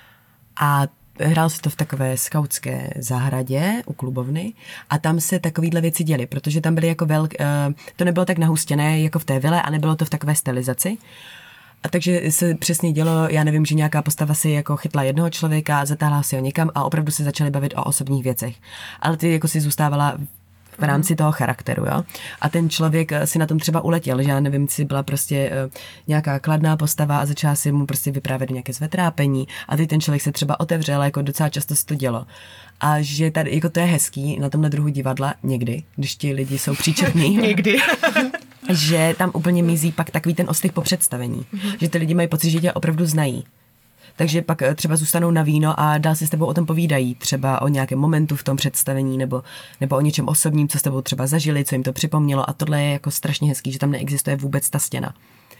A hrál se to v takové skautské zahradě u klubovny a tam se takovýhle věci děly, protože tam byly jako velk, to nebylo tak nahustěné jako v té vile a nebylo to v takové stylizaci. A takže se přesně dělo, já nevím, že nějaká postava si jako chytla jednoho člověka, zatáhla si ho někam a opravdu se začali bavit o osobních věcech. Ale ty jako si zůstávala v rámci toho charakteru, jo. A ten člověk si na tom třeba uletěl, že já nevím, si byla prostě uh, nějaká kladná postava a začala si mu prostě vyprávět nějaké své trápení a teď ten člověk se třeba otevřel, jako docela často se to dělo. A že tady, jako to je hezký na tomhle druhu divadla někdy, když ti lidi jsou příčetní. Někdy. Že tam úplně mizí pak takový ten ostych po představení. Mm-hmm. Že ty lidi mají pocit, že tě opravdu znají. Takže pak třeba zůstanou na víno a dál si s tebou o tom povídají, třeba o nějakém momentu v tom představení nebo, nebo o něčem osobním, co s tebou třeba zažili, co jim to připomnělo a tohle je jako strašně hezký, že tam neexistuje vůbec ta stěna.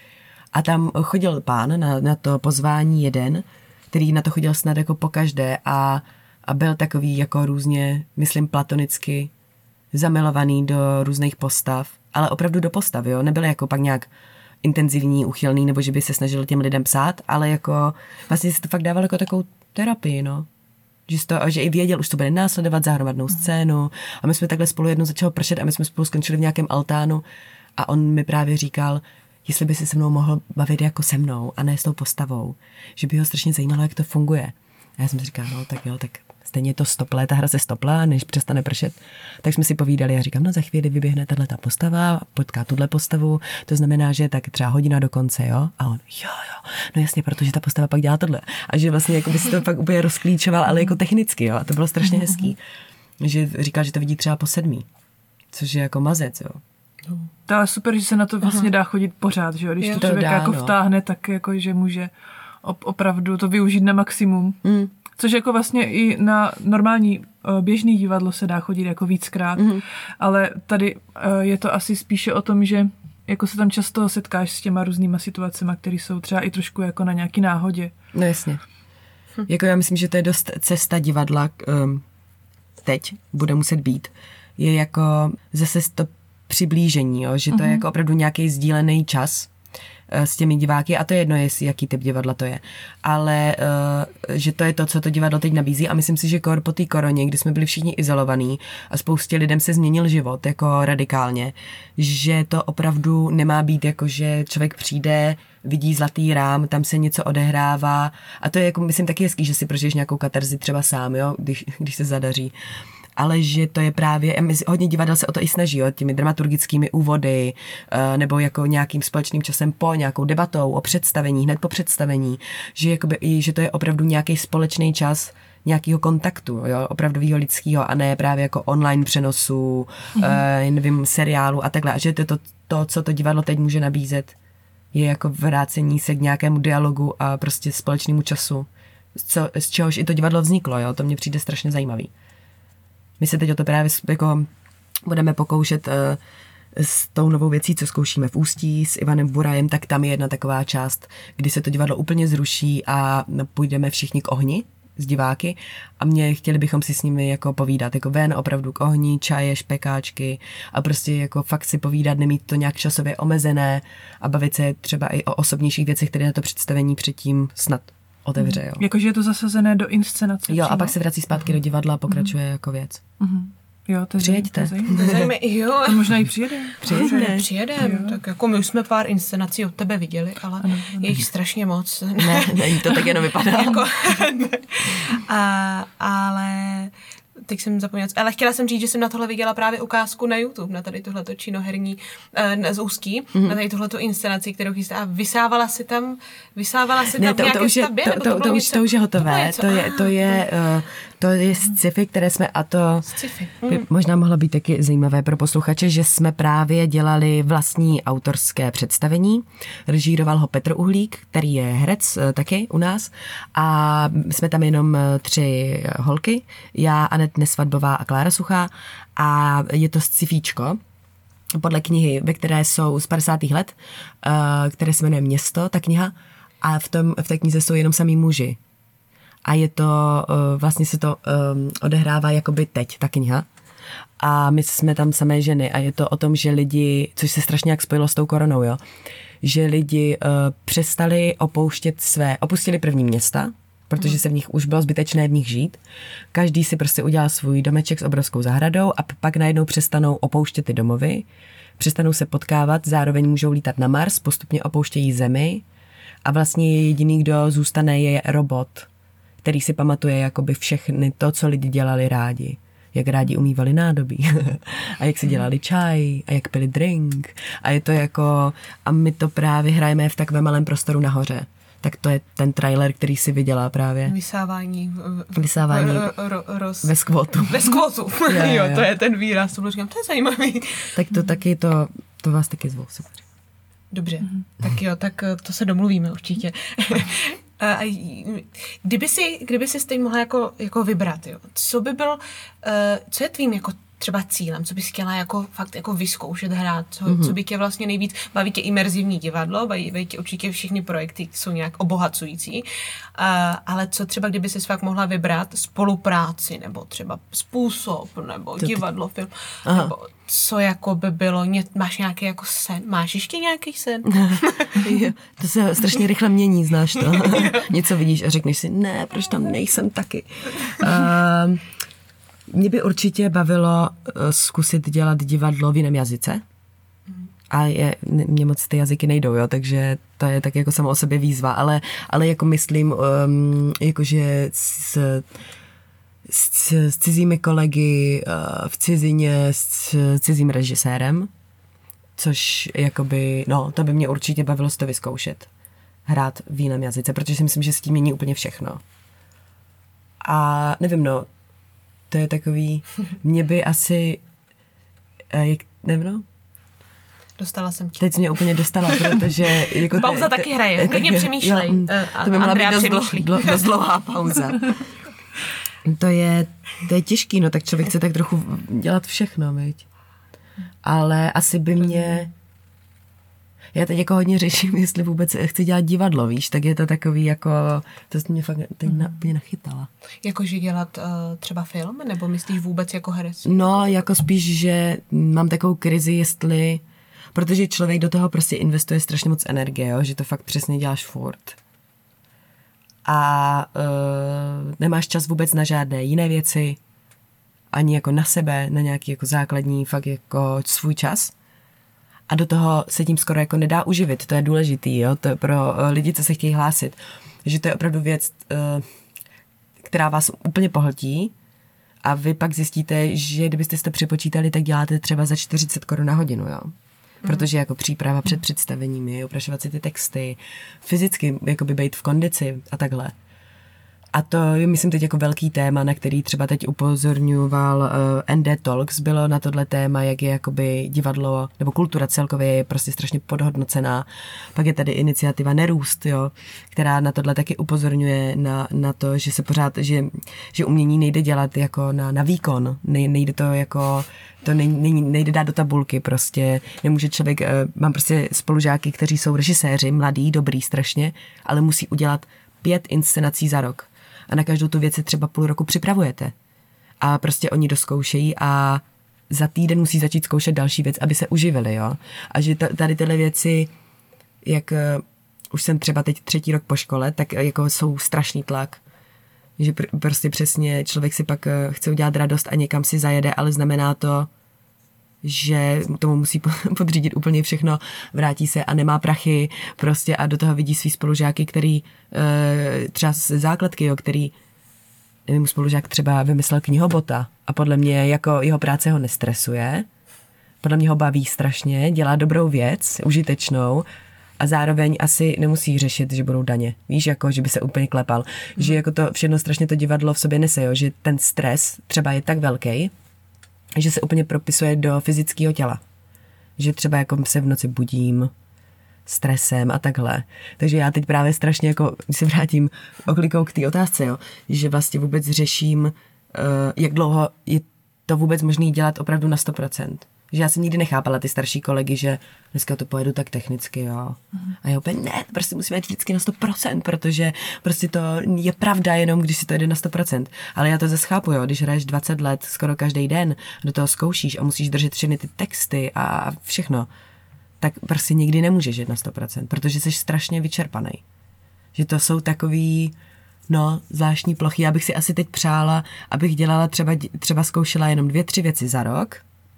A tam chodil pán na, na to pozvání jeden, který na to chodil snad jako pokaždé a, a byl takový jako různě, myslím platonicky zamilovaný do různých postav, ale opravdu do postav, jo, nebyl jako pak nějak intenzivní, uchylný, nebo že by se snažil těm lidem psát, ale jako vlastně se to fakt dávalo jako takovou terapii, no. Že, to, že i věděl, už to bude následovat za hromadnou scénu a my jsme takhle spolu jednou začalo pršet a my jsme spolu skončili v nějakém altánu a on mi právě říkal, jestli by si se mnou mohl bavit jako se mnou a ne s tou postavou, že by ho strašně zajímalo, jak to funguje. A já jsem si říkal, no tak jo, tak stejně to stoplé, ta hra se stoplá, než přestane pršet. Tak jsme si povídali a říkám, no za chvíli vyběhne tato postava, potká tuhle postavu, to znamená, že tak třeba hodina do konce, jo? A on, jo, jo, no jasně, protože ta postava pak dělá tohle. A že vlastně jako by si to pak úplně rozklíčoval, ale jako technicky, jo? A to bylo strašně hezký. Že říkal, že to vidí třeba po sedmý, což je jako mazec, jo. To je super, že se na to vlastně dá chodit pořád, že jo? Když jo, to člověk dá, jako no. vtáhne, tak jako, že může opravdu to využít na maximum. Mm. Což jako vlastně i na normální běžný divadlo se dá chodit jako víckrát, mm-hmm. ale tady je to asi spíše o tom, že jako se tam často setkáš s těma různýma situacemi, které jsou třeba i trošku jako na nějaký náhodě. No jasně. Hm. Jako já myslím, že to je dost cesta divadla um, teď bude muset být. Je jako zase to přiblížení, jo? Že to mm-hmm. je jako opravdu nějaký sdílený čas s těmi diváky a to je jedno, jestli jaký typ divadla to je. Ale uh, že to je to, co to divadlo teď nabízí a myslím si, že kor po té koroně, kdy jsme byli všichni izolovaní a spoustě lidem se změnil život jako radikálně, že to opravdu nemá být jako, že člověk přijde, vidí zlatý rám, tam se něco odehrává a to je jako, myslím, taky hezký, že si prožiješ nějakou katarzi třeba sám, jo, když, když se zadaří. Ale že to je právě, hodně divadel se o to i snaží, jo, těmi dramaturgickými úvody, nebo jako nějakým společným časem po, nějakou debatou o představení, hned po představení, že, jakoby, že to je opravdu nějaký společný čas nějakého kontaktu, jo, opravdového lidského a ne právě jako online přenosu, mm-hmm. nevím, seriálu a takhle. A že to, to, to, co to divadlo teď může nabízet, je jako vrácení se k nějakému dialogu a prostě společnému času, co, z čehož i to divadlo vzniklo, jo, to mně přijde strašně zajímavý. My se teď o to právě jako budeme pokoušet uh, s tou novou věcí, co zkoušíme v Ústí s Ivanem Burajem, tak tam je jedna taková část, kdy se to divadlo úplně zruší a půjdeme všichni k ohni s diváky a mě chtěli bychom si s nimi jako povídat, jako ven opravdu k ohni, čaje, špekáčky a prostě jako fakt si povídat, nemít to nějak časově omezené a bavit se třeba i o osobnějších věcech, které na to představení předtím snad otevře. Jo. Jakože je to zasazené do inscenace. Jo, třeba? A pak se vrací zpátky mm. do divadla a pokračuje mm. jako věc. Mm. Jo, to je Přijeďte. Zajímavé. Jo. To možná i přijede. Přijeďte. Přijedem. Tak jako my už jsme pár inscenací od tebe viděli, ale ano, ano. je jich strašně moc. Ne, není to tak jenom vypadá. jako, a, ale teď jsem zapomněla. Ale chtěla jsem říct, že jsem na tohle viděla právě ukázku na YouTube, na tady tohleto činoherní uh, z Úzký, mm-hmm. na tady tohleto inscenaci, kterou chystá. A vysávala si tam, vysávala si tam ne, to, nějaké to už je, stavbě? To, to, to, to, už, to už je hotové. To, to je, to je, uh, to je sci-fi, které jsme, a to sci-fi. by Mm. možná mohlo být taky zajímavé pro posluchače, že jsme právě dělali vlastní autorské představení. Režíroval ho Petr Uhlík, který je herec uh, taky u nás a jsme tam jenom uh, tři holky, já, Anet Nesvadbová a Klára Suchá a je to scifíčko podle knihy, ve které jsou z padesátých let, uh, které se jmenuje Město, ta kniha, a v, tom, v té knize jsou jenom samý muži. A je to, uh, vlastně se to um, odehrává jakoby teď, ta kniha. A my jsme tam samé ženy a je to o tom, že lidi, což se strašně jak spojilo s tou koronou, jo, že lidi uh, přestali opouštět své, opustili první města, protože se v nich už bylo zbytečné v nich žít. Každý si prostě udělal svůj domeček s obrovskou zahradou a pak najednou přestanou opouštět ty domovy, přestanou se potkávat, zároveň můžou lítat na Mars, postupně opouštějí Zemi a vlastně jediný, kdo zůstane, je robot, který si pamatuje jakoby všechny to, co lidi dělali rádi. Jak rádi umývali nádobí a jak si dělali čaj a jak pili drink. A je to jako, a my to právě hrajeme v takovém malém prostoru nahoře. Tak to je ten trailer, který si viděla právě. Vysávání. V, Vysávání ro, ro, roz, ve skvotu. Ve skvotu. jo, jo, to je ten výraz. To říkám, to je zajímavý. Tak to taky, to, to vás taky zvou. Super. Dobře, mm-hmm. tak jo, tak to se domluvíme určitě. A kdyby si, kdyby si teď mohla jako, jako vybrat, jo, co by bylo, co je tvým jako třeba cílem, co bys chtěla jako fakt jako vyzkoušet hrát, co, mm-hmm. co by tě vlastně nejvíc, baví tě imerzivní divadlo, baví, baví tě určitě všechny projekty, jsou nějak obohacující, uh, ale co třeba, kdyby jsi fakt mohla vybrat spolupráci, nebo třeba způsob, nebo to divadlo, film, Aha. nebo co jako by bylo, ně, máš nějaký jako sen, máš ještě nějaký sen? To se strašně rychle mění, znáš to. Něco vidíš a řekneš si, ne, proč tam nejsem taky. Uh, Mě by určitě bavilo zkusit dělat divadlo v jiném jazyce. A je, mě moc ty jazyky nejdou, jo, takže to je tak jako samo o sobě výzva, ale, ale jako myslím, um, jakože s, s, s cizími kolegy uh, v cizině, s cizím režisérem, což jakoby, no, to by mě určitě bavilo si to vyzkoušet. Hrát v jiném jazyce, protože si myslím, že s tím mění úplně všechno. A nevím, no, to je takový, mě by asi, jak, nevím, no. Dostala jsem tě. Teď jsi mě úplně dostala, protože... Jako pauza te, taky hraje, klidně přemýšlej. Jo, to by mohla být dost, dlo, dlo, dost dlouhá pauza. To je, to je těžký, no, tak člověk chce tak trochu dělat všechno, viď? Ale asi by mě... Já teď jako hodně řeším, jestli vůbec chci dělat divadlo, víš, tak je to takový jako, to jsi mě fakt teď na, mě nachytala. Jakože dělat uh, třeba film, nebo myslíš vůbec jako herec? No, jako spíš, že mám takovou krizi, jestli, protože člověk do toho prostě investuje strašně moc energie, jo, že to fakt přesně děláš furt. A uh, nemáš čas vůbec na žádné jiné věci, ani jako na sebe, na nějaký jako základní fakt jako svůj čas. A do toho se tím skoro jako nedá uživit. To je důležitý, jo? To je pro lidi, co se chtějí hlásit. Že to je opravdu věc, která vás úplně pohltí a vy pak zjistíte, že kdybyste si to připočítali, tak děláte třeba za čtyřicet korun na hodinu, jo? Protože jako příprava před představeními, uprašovat si ty texty, fyzicky jakoby být v kondici a takhle. A to je, myslím, teď jako velký téma, na který třeba teď upozorňoval uh, N D Talks, bylo na tohle téma, jak je jakoby divadlo, nebo kultura celkově je prostě strašně podhodnocená. Pak je tady iniciativa Nerůst, jo, která na tohle taky upozorňuje na, na to, že se pořád, že, že umění nejde dělat jako na, na výkon, ne, nejde to jako, to nej, nej, nejde dát do tabulky prostě, nemůže člověk, uh, mám prostě spolužáky, kteří jsou režiséři, mladí, dobrý strašně, ale musí udělat pět inscenací za rok. a na každou tu věc se třeba půl roku připravujete. A prostě oni doskoušejí a za týden musí začít zkoušet další věc, aby se uživili, jo. A že tady tyhle věci, jak uh, už jsem třeba teď třetí rok po škole, tak jako jsou strašný tlak. Že pr- prostě přesně člověk si pak uh, chce udělat radost a někam si zajede, ale znamená to, že tomu musí podřídit úplně všechno, vrátí se a nemá prachy prostě a do toho vidí svý spolužáky, který uh, třeba z základky, jo, který nevím, spolužák třeba vymyslel knihobota a podle mě jako jeho práce ho nestresuje, podle mě ho baví strašně, dělá dobrou věc, užitečnou a zároveň asi nemusí řešit, že budou daně. Víš, jako, že by se úplně klepal. Mm. Že jako to všechno strašně to divadlo v sobě nese, jo, že ten stres třeba je tak velký, že se úplně propisuje do fyzického těla. Že třeba jako se v noci budím stresem a takhle. Takže já teď právě strašně jako, když se vrátím oklikou k té otázce, jo, že vlastně vůbec řeším, uh, jak dlouho je to vůbec možný dělat opravdu na sto procent. Že já jsem nikdy nechápala ty starší kolegy, že dneska to pojedu tak technicky, jo. Mm. A já úplně ne, prostě musíme jít vždycky na sto procent, protože prostě to je pravda jenom, když si to jede na sto procent. Ale já to zase chápu, jo, když hraješ dvacet let skoro každý den, do toho zkoušíš a musíš držet všechny ty texty a všechno, tak prostě nikdy nemůžeš jít na sto procent, protože jsi strašně vyčerpaný. Že to jsou takový, no, zvláštní plochy. Já bych si asi teď přála, abych dělala třeba, třeba zkoušela jenom dvě, tři věci za rok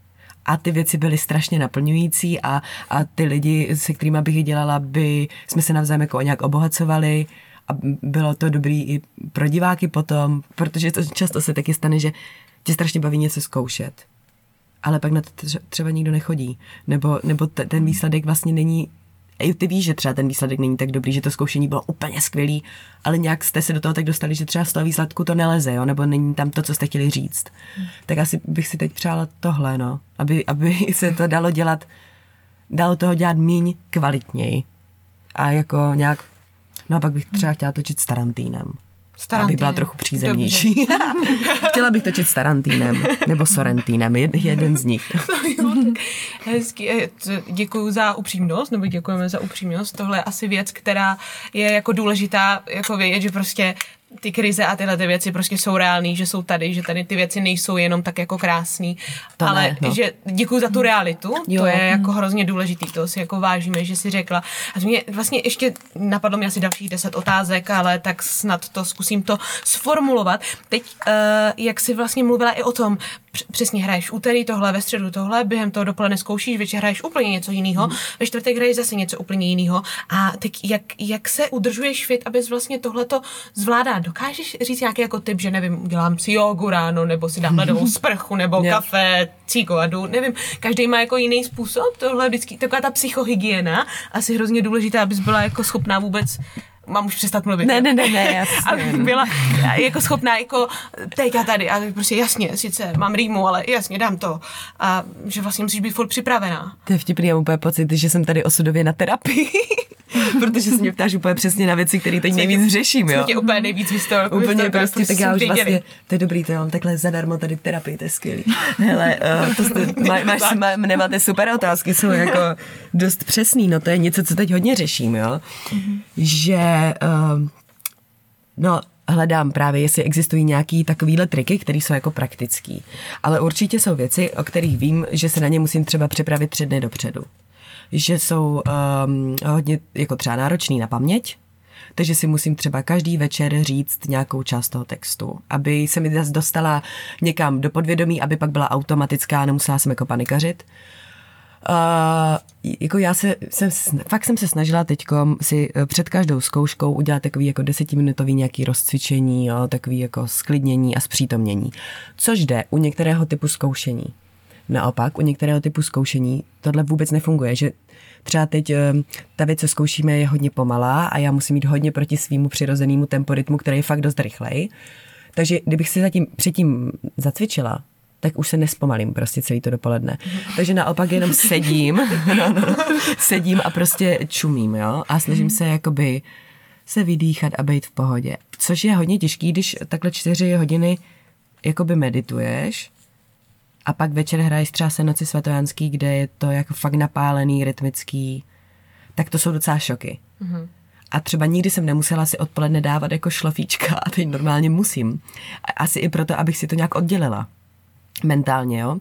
a ty věci byly strašně naplňující a, a ty lidi, se kterými bych je dělala, by jsme se navzájem jako nějak obohacovali a bylo to dobrý i pro diváky potom, protože to často se taky stane, že tě strašně baví něco zkoušet. Ale pak na to třeba nikdo nechodí. Nebo, nebo t- ten výsledek vlastně není, ty víš, že třeba ten výsledek není tak dobrý, že to zkoušení bylo úplně skvělý, ale nějak jste se do toho tak dostali, že třeba z toho výsledku to neleze, jo? Nebo není tam to, co jste chtěli říct. Hmm. Tak asi bych si teď přála tohle, no. Aby, aby se to dalo dělat, dalo toho dělat míň kvalitněji. A jako nějak, no a pak bych třeba chtěla točit s Tarantínem. Aby byla trochu přízemnější. Chtěla bych točit s Tarantínem nebo Sorrentínem, jeden z nich. Hezky. Děkuju za upřímnost, nebo děkujeme za upřímnost. Tohle je asi věc, která je jako důležitá, jako vědět, že prostě ty krize a tyhle ty věci prostě jsou reální, že jsou tady, že tady ty věci nejsou jenom tak jako krásný, to ale ne, no. Že děkuju za tu realitu, jo. To je jako hrozně důležitý, to si jako vážíme, že si řekla. A mě vlastně ještě napadlo mi asi dalších deset otázek, ale tak snad to zkusím to sformulovat. Teď, uh, jak jsi vlastně mluvila i o tom, přesně hraješ v úterý tohle, ve středu tohle, během toho dopoledne zkoušíš, večer hraješ úplně něco jiného, mm. ve čtvrtek hraješ zase něco úplně jiného. A teď jak, jak se udržuješ fit, abys vlastně tohleto zvládá? Dokážeš říct nějaký jako tip, že nevím, udělám si jogu ráno, nebo si dám ledovou sprchu, nebo yeah. kafe, cíko a jdu, nevím, každý má jako jiný způsob, tohle vždycky, taková ta psychohygiena, asi hrozně důležitá, abys byla jako schopná vůbec. Mám už přestat mluvit. Ne, ne, ne, ne, jasně. Abych byla jako schopná jako teď a tady a prostě jasně, sice mám rýmu, ale jasně dám to. A že vlastně musíš být furt připravená. To je vtipný, já mám úplně pocit, že jsem tady osudově na terapii. Protože se mě ptáš úplně přesně na věci, které teď nejvíc řeším, jo. Jsme tě úplně nejvíc vystavili. Úplně prostě, prostě, tak já už vlastně, to je dobrý, to já mám takhle zadarmo tady terapii, to je skvělý. Hele, uh, to jste, má, máš, má, nemáte super otázky, jsou jako dost přesný, no to je něco, co teď hodně řeším, jo. Mm-hmm. Že, uh, no, hledám právě, jestli existují nějaký takovýhle triky, které jsou jako praktický. Ale určitě jsou věci, o kterých vím, že se na ně musím třeba připravit tři dny dopředu. Že jsou um, hodně jako třeba náročný na paměť, takže si musím třeba každý večer říct nějakou část toho textu, aby se mi dostala někam do podvědomí, aby pak byla automatická, nemusela jsem jako panikařit. Uh, jako já se, jsem, fakt jsem se snažila teďkom si před každou zkouškou udělat takový jako desetiminutový nějaký rozcvičení, jo, takový jako sklidnění a zpřítomnění, což jde u některého typu zkoušení. Naopak, u některého typu zkoušení tohle vůbec nefunguje, že třeba teď ta věc, co zkoušíme, je hodně pomalá a já musím jít hodně proti svýmu přirozenému temporytmu, který je fakt dost rychlej. Takže kdybych si zatím předtím zacvičila, tak už se nespomalím prostě celý to dopoledne. Takže naopak jenom sedím, no, no, sedím a prostě čumím, jo, a snažím se jakoby se vydýchat a být v pohodě. Což je hodně těžký, když takhle čtyři hodiny jakoby medituješ, a pak večer hraješ třeba se Noci svatojánský, kde je to jako fakt napálený, rytmický, tak to jsou docela šoky. Mm-hmm. A třeba nikdy jsem nemusela si odpoledne dávat jako šlofíčka a teď normálně musím. Asi i proto, abych si to nějak oddělila. Mentálně, jo.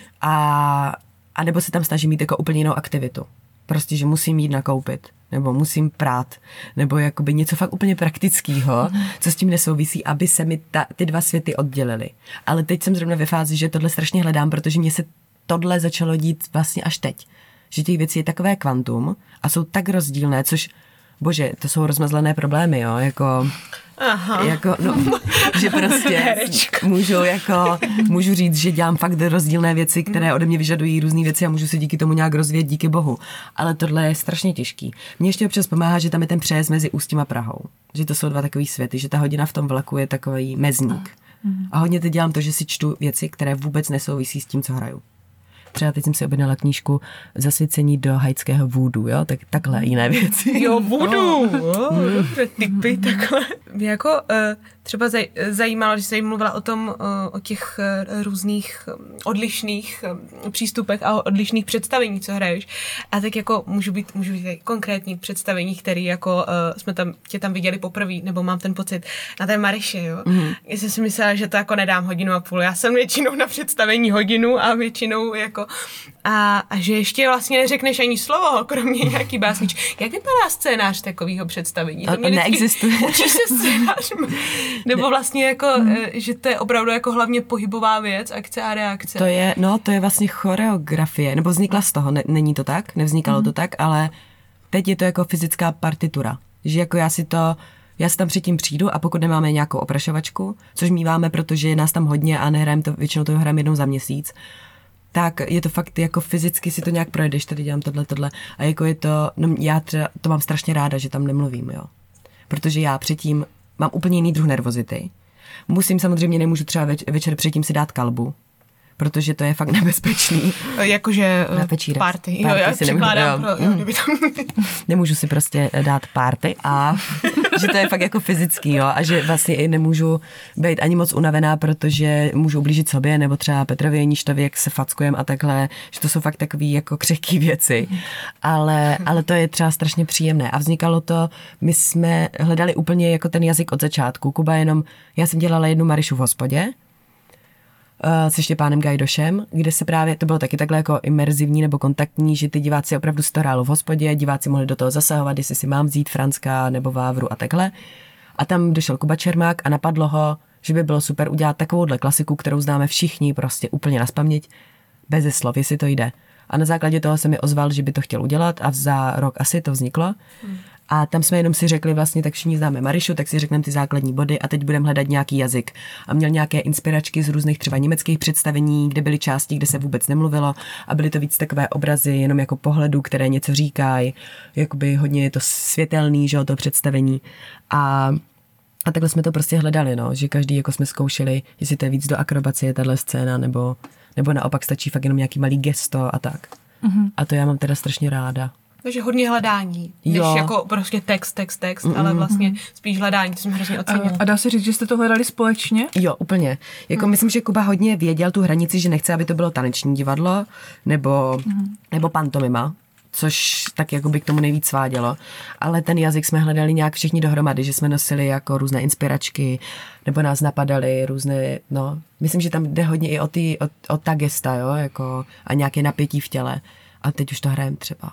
A, a nebo se tam snažím mít jako úplně jinou aktivitu. Prostě, že musím jít nakoupit, nebo musím prát, nebo jakoby něco fakt úplně praktického, mm. co s tím nesouvisí, aby se mi ta, ty dva světy oddělily. Ale teď jsem zrovna ve fázi, že tohle strašně hledám, protože mě se tohle začalo dít vlastně až teď. Že těch věcí je takové kvantum a jsou tak rozdílné, což, bože, to jsou rozmazlené problémy, jo, jako... Aha. Jako, no, že prostě můžu, jako, můžu říct, že dělám fakt rozdílné věci, které ode mě vyžadují různé věci a můžu se díky tomu nějak rozvíjet, díky bohu. Ale tohle je strašně těžký. Mně ještě občas pomáhá, že tam je ten přejezd mezi Ústím a Prahou. Že to jsou dva takový světy, že ta hodina v tom vlaku je takový mezník. A hodně teď dělám to, že si čtu věci, které vůbec nesouvisí s tím, co hraju. Třeba teď jsem si objednala knížku Zasvěcení do haitského voodu, jo, tak takhle jiné věci. Jo, voodoo, oh, dobře, typy, takhle. Mě jako uh, třeba zaj, zajímalo, že jsi mluvila o tom, uh, o těch uh, různých um, odlišných um, přístupech a odlišných představení, co hraješ. A tak jako můžu být, můžu být konkrétní představení, který jako uh, jsme tam, tě tam viděli poprvé, nebo mám ten pocit, na té Maryši, jo. Mm-hmm. Já jsem si myslela, že to jako nedám hodinu a půl. Já jsem většinou na představení hodinu a většinou jako A, a že ještě vlastně neřekneš ani slovo, kromě nějaký básničky. Jak vypadá scénář takového představení? To mě neexistuje. Učíš se scénář? Nebo vlastně jako, hmm. že to je opravdu jako hlavně pohybová věc, akce a reakce. To je, no, to je vlastně choreografie, nebo vznikla z toho, ne, není to tak, nevznikalo hmm. to tak, ale teď je to jako fyzická partitura, že jako já si to, já si tam předtím přijdu a pokud nemáme nějakou oprašovačku, což míváme, protože je nás tam hodně a nehrajeme to, většinou to hrajeme jednou za měsíc, tak je to fakt jako fyzicky si to nějak projedeš, tady dělám tohle, tohle a jako je to, no já třeba to mám strašně ráda, že tam nemluvím, jo. Protože já předtím mám úplně jiný druh nervozity. Musím samozřejmě, nemůžu třeba več, večer předtím si dát kalbu, protože to je fakt nebezpečný. Jakože party. party. Jo, já si překládám. Pro, jo, mm. Nemůžu si prostě dát party a že to je fakt jako fyzický, jo, a že vlastně i nemůžu být ani moc unavená, protože můžu ublížit sobě, nebo třeba Petrovi Jeníštovi, jak se fackujem a takhle, že to jsou fakt takový jako křehký věci. Ale, ale to je třeba strašně příjemné a vznikalo to, my jsme hledali úplně jako ten jazyk od začátku. Kuba jenom, já jsem dělala jednu Maryšu v hospodě, se Štěpánem Gajdošem, kde se právě, to bylo taky takhle jako imerzivní nebo kontaktní, že ty diváci opravdu to hrálo v hospodě, diváci mohli do toho zasahovat, jestli si mám vzít Franska nebo Vávru a takhle. A tam došel Kuba Čermák a napadlo ho, že by bylo super udělat takovouhle klasiku, kterou známe všichni prostě úplně nazpaměť, beze slov, jestli to jde. A na základě toho se mi ozval, že by to chtěl udělat a za rok asi to vzniklo. Hmm. A tam jsme jenom si řekli vlastně, tak všichni známe Maryšu, tak si řekneme ty základní body a teď budeme hledat nějaký jazyk. A měl nějaké inspiračky z různých třeba německých představení, kde byly části, kde se vůbec nemluvilo a byly to víc takové obrazy, jenom jako pohledu, které něco říkají. Jakoby hodně je to světelný, že to představení. A A takhle jsme to prostě hledali, no, že každý jako jsme zkoušeli, jestli to je víc do akrobacie, tahle scéna, nebo, nebo naopak stačí fakt jenom nějaký malý gesto a tak. Mm-hmm. A to já mám teda strašně ráda. Takže hodně hledání, než jo. jako prostě text, text, text, mm-hmm. ale vlastně spíš hledání, to jsem hrozně ocenila. A dá se říct, že jste to hledali společně? Jo, úplně. Jako mm. myslím, že Kuba hodně věděl tu hranici, že nechce, aby to bylo taneční divadlo, nebo, mm. nebo pantomima, což tak jako by k tomu nejvíc svádělo. Ale ten jazyk jsme hledali nějak všichni dohromady, že jsme nosili jako různé inspiračky, nebo nás napadaly různé, no, myslím, že tam jde hodně i o, ty, o, o ta gesta, jo, jako a nějaké napětí v těle. A teď už to hrajeme třeba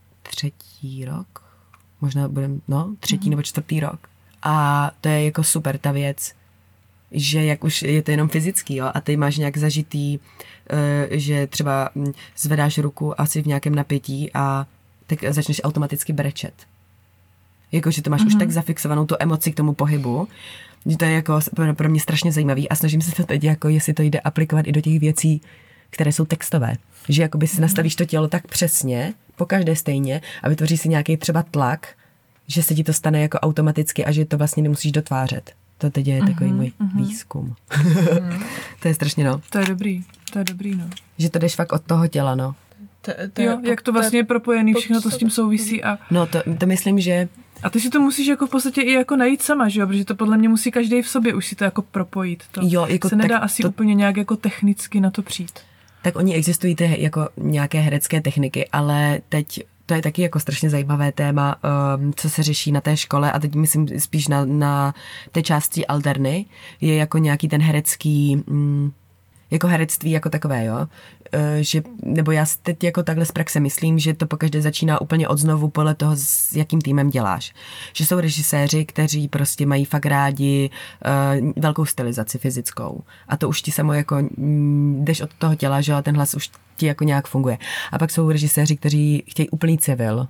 třetí rok, možná budeme, no, třetí mm. nebo čtvrtý rok. A to je jako super ta věc, že jak už je to jenom fyzický, jo, a ty máš nějak zažitý, uh, že třeba zvedáš ruku asi v nějakém napětí a tak začneš automaticky brečet. Jako, že to máš mm-hmm. už tak zafixovanou tu emoci k tomu pohybu, že to je jako pro mě strašně zajímavý a snažím se to teď, jako jestli to jde aplikovat i do těch věcí, které jsou textové. Že jakoby si nastavíš to tělo tak přesně, po každé stejně a vytvoří si nějaký třeba tlak, že se ti to stane jako automaticky a že to vlastně nemusíš dotvářet. To teď je takový uh-huh, můj uh-huh. výzkum. Uh-huh. To je strašně, no. To je dobrý, to je dobrý, no. Že to jdeš fakt od toho těla, no. To, to jo, je, jak to vlastně je propojený, všechno to s tím souvisí a... No, to, to myslím, že... A ty si to musíš jako v podstatě i jako najít sama, že jo? Protože to podle mě musí každý v sobě už si to jako propojit. To jo, jako se nedá tak, asi to... úplně nějak jako technicky na to přijít. Tak oni existují ty jako nějaké herecké techniky, ale teď to je taky jako strašně zajímavé téma, um, co se řeší na té škole a teď myslím spíš na, na té části alterny, je jako nějaký ten herecký, um, jako herectví jako takové, jo, uh, že, nebo já teď jako takhle z praxe myslím, že to pokaždé začíná úplně od znovu podle toho, s jakým týmem děláš. Že jsou režiséři, kteří prostě mají fakt rádi uh, velkou stylizaci fyzickou a to už ti samo jako mm, jdeš od toho těla, že a ten hlas už ti jako nějak funguje. A pak jsou režiséři, kteří chtějí úplný civil.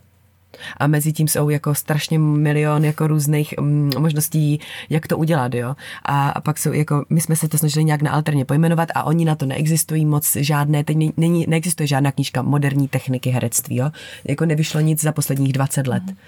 A mezi tím jsou jako strašně milion jako různých um, možností, jak to udělat, jo. A, a pak jsou jako, my jsme se to snažili nějak na alterně pojmenovat a oni na to neexistují moc žádné, teď není, neexistuje žádná knížka moderní techniky herectví, jo. Jako nevyšlo nic za posledních dvacet let. Mm.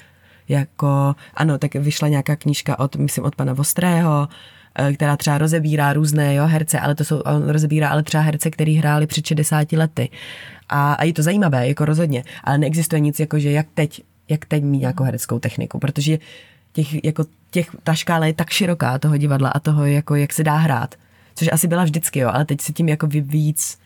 Jako, ano, tak vyšla nějaká knížka od, myslím, od pana Vostrého, která třeba rozebírá různé, jo, herce, ale to jsou, on rozebírá ale třeba herce, který hráli před šedesáti lety. A, a je to zajímavé, jako rozhodně, ale neexistuje nic, jako že jak teď, jak teď mít nějakou hereckou techniku, protože těch, jako těch, ta škála je tak široká toho divadla a toho, jako jak se dá hrát, což asi byla vždycky, jo, ale teď se tím jako víc,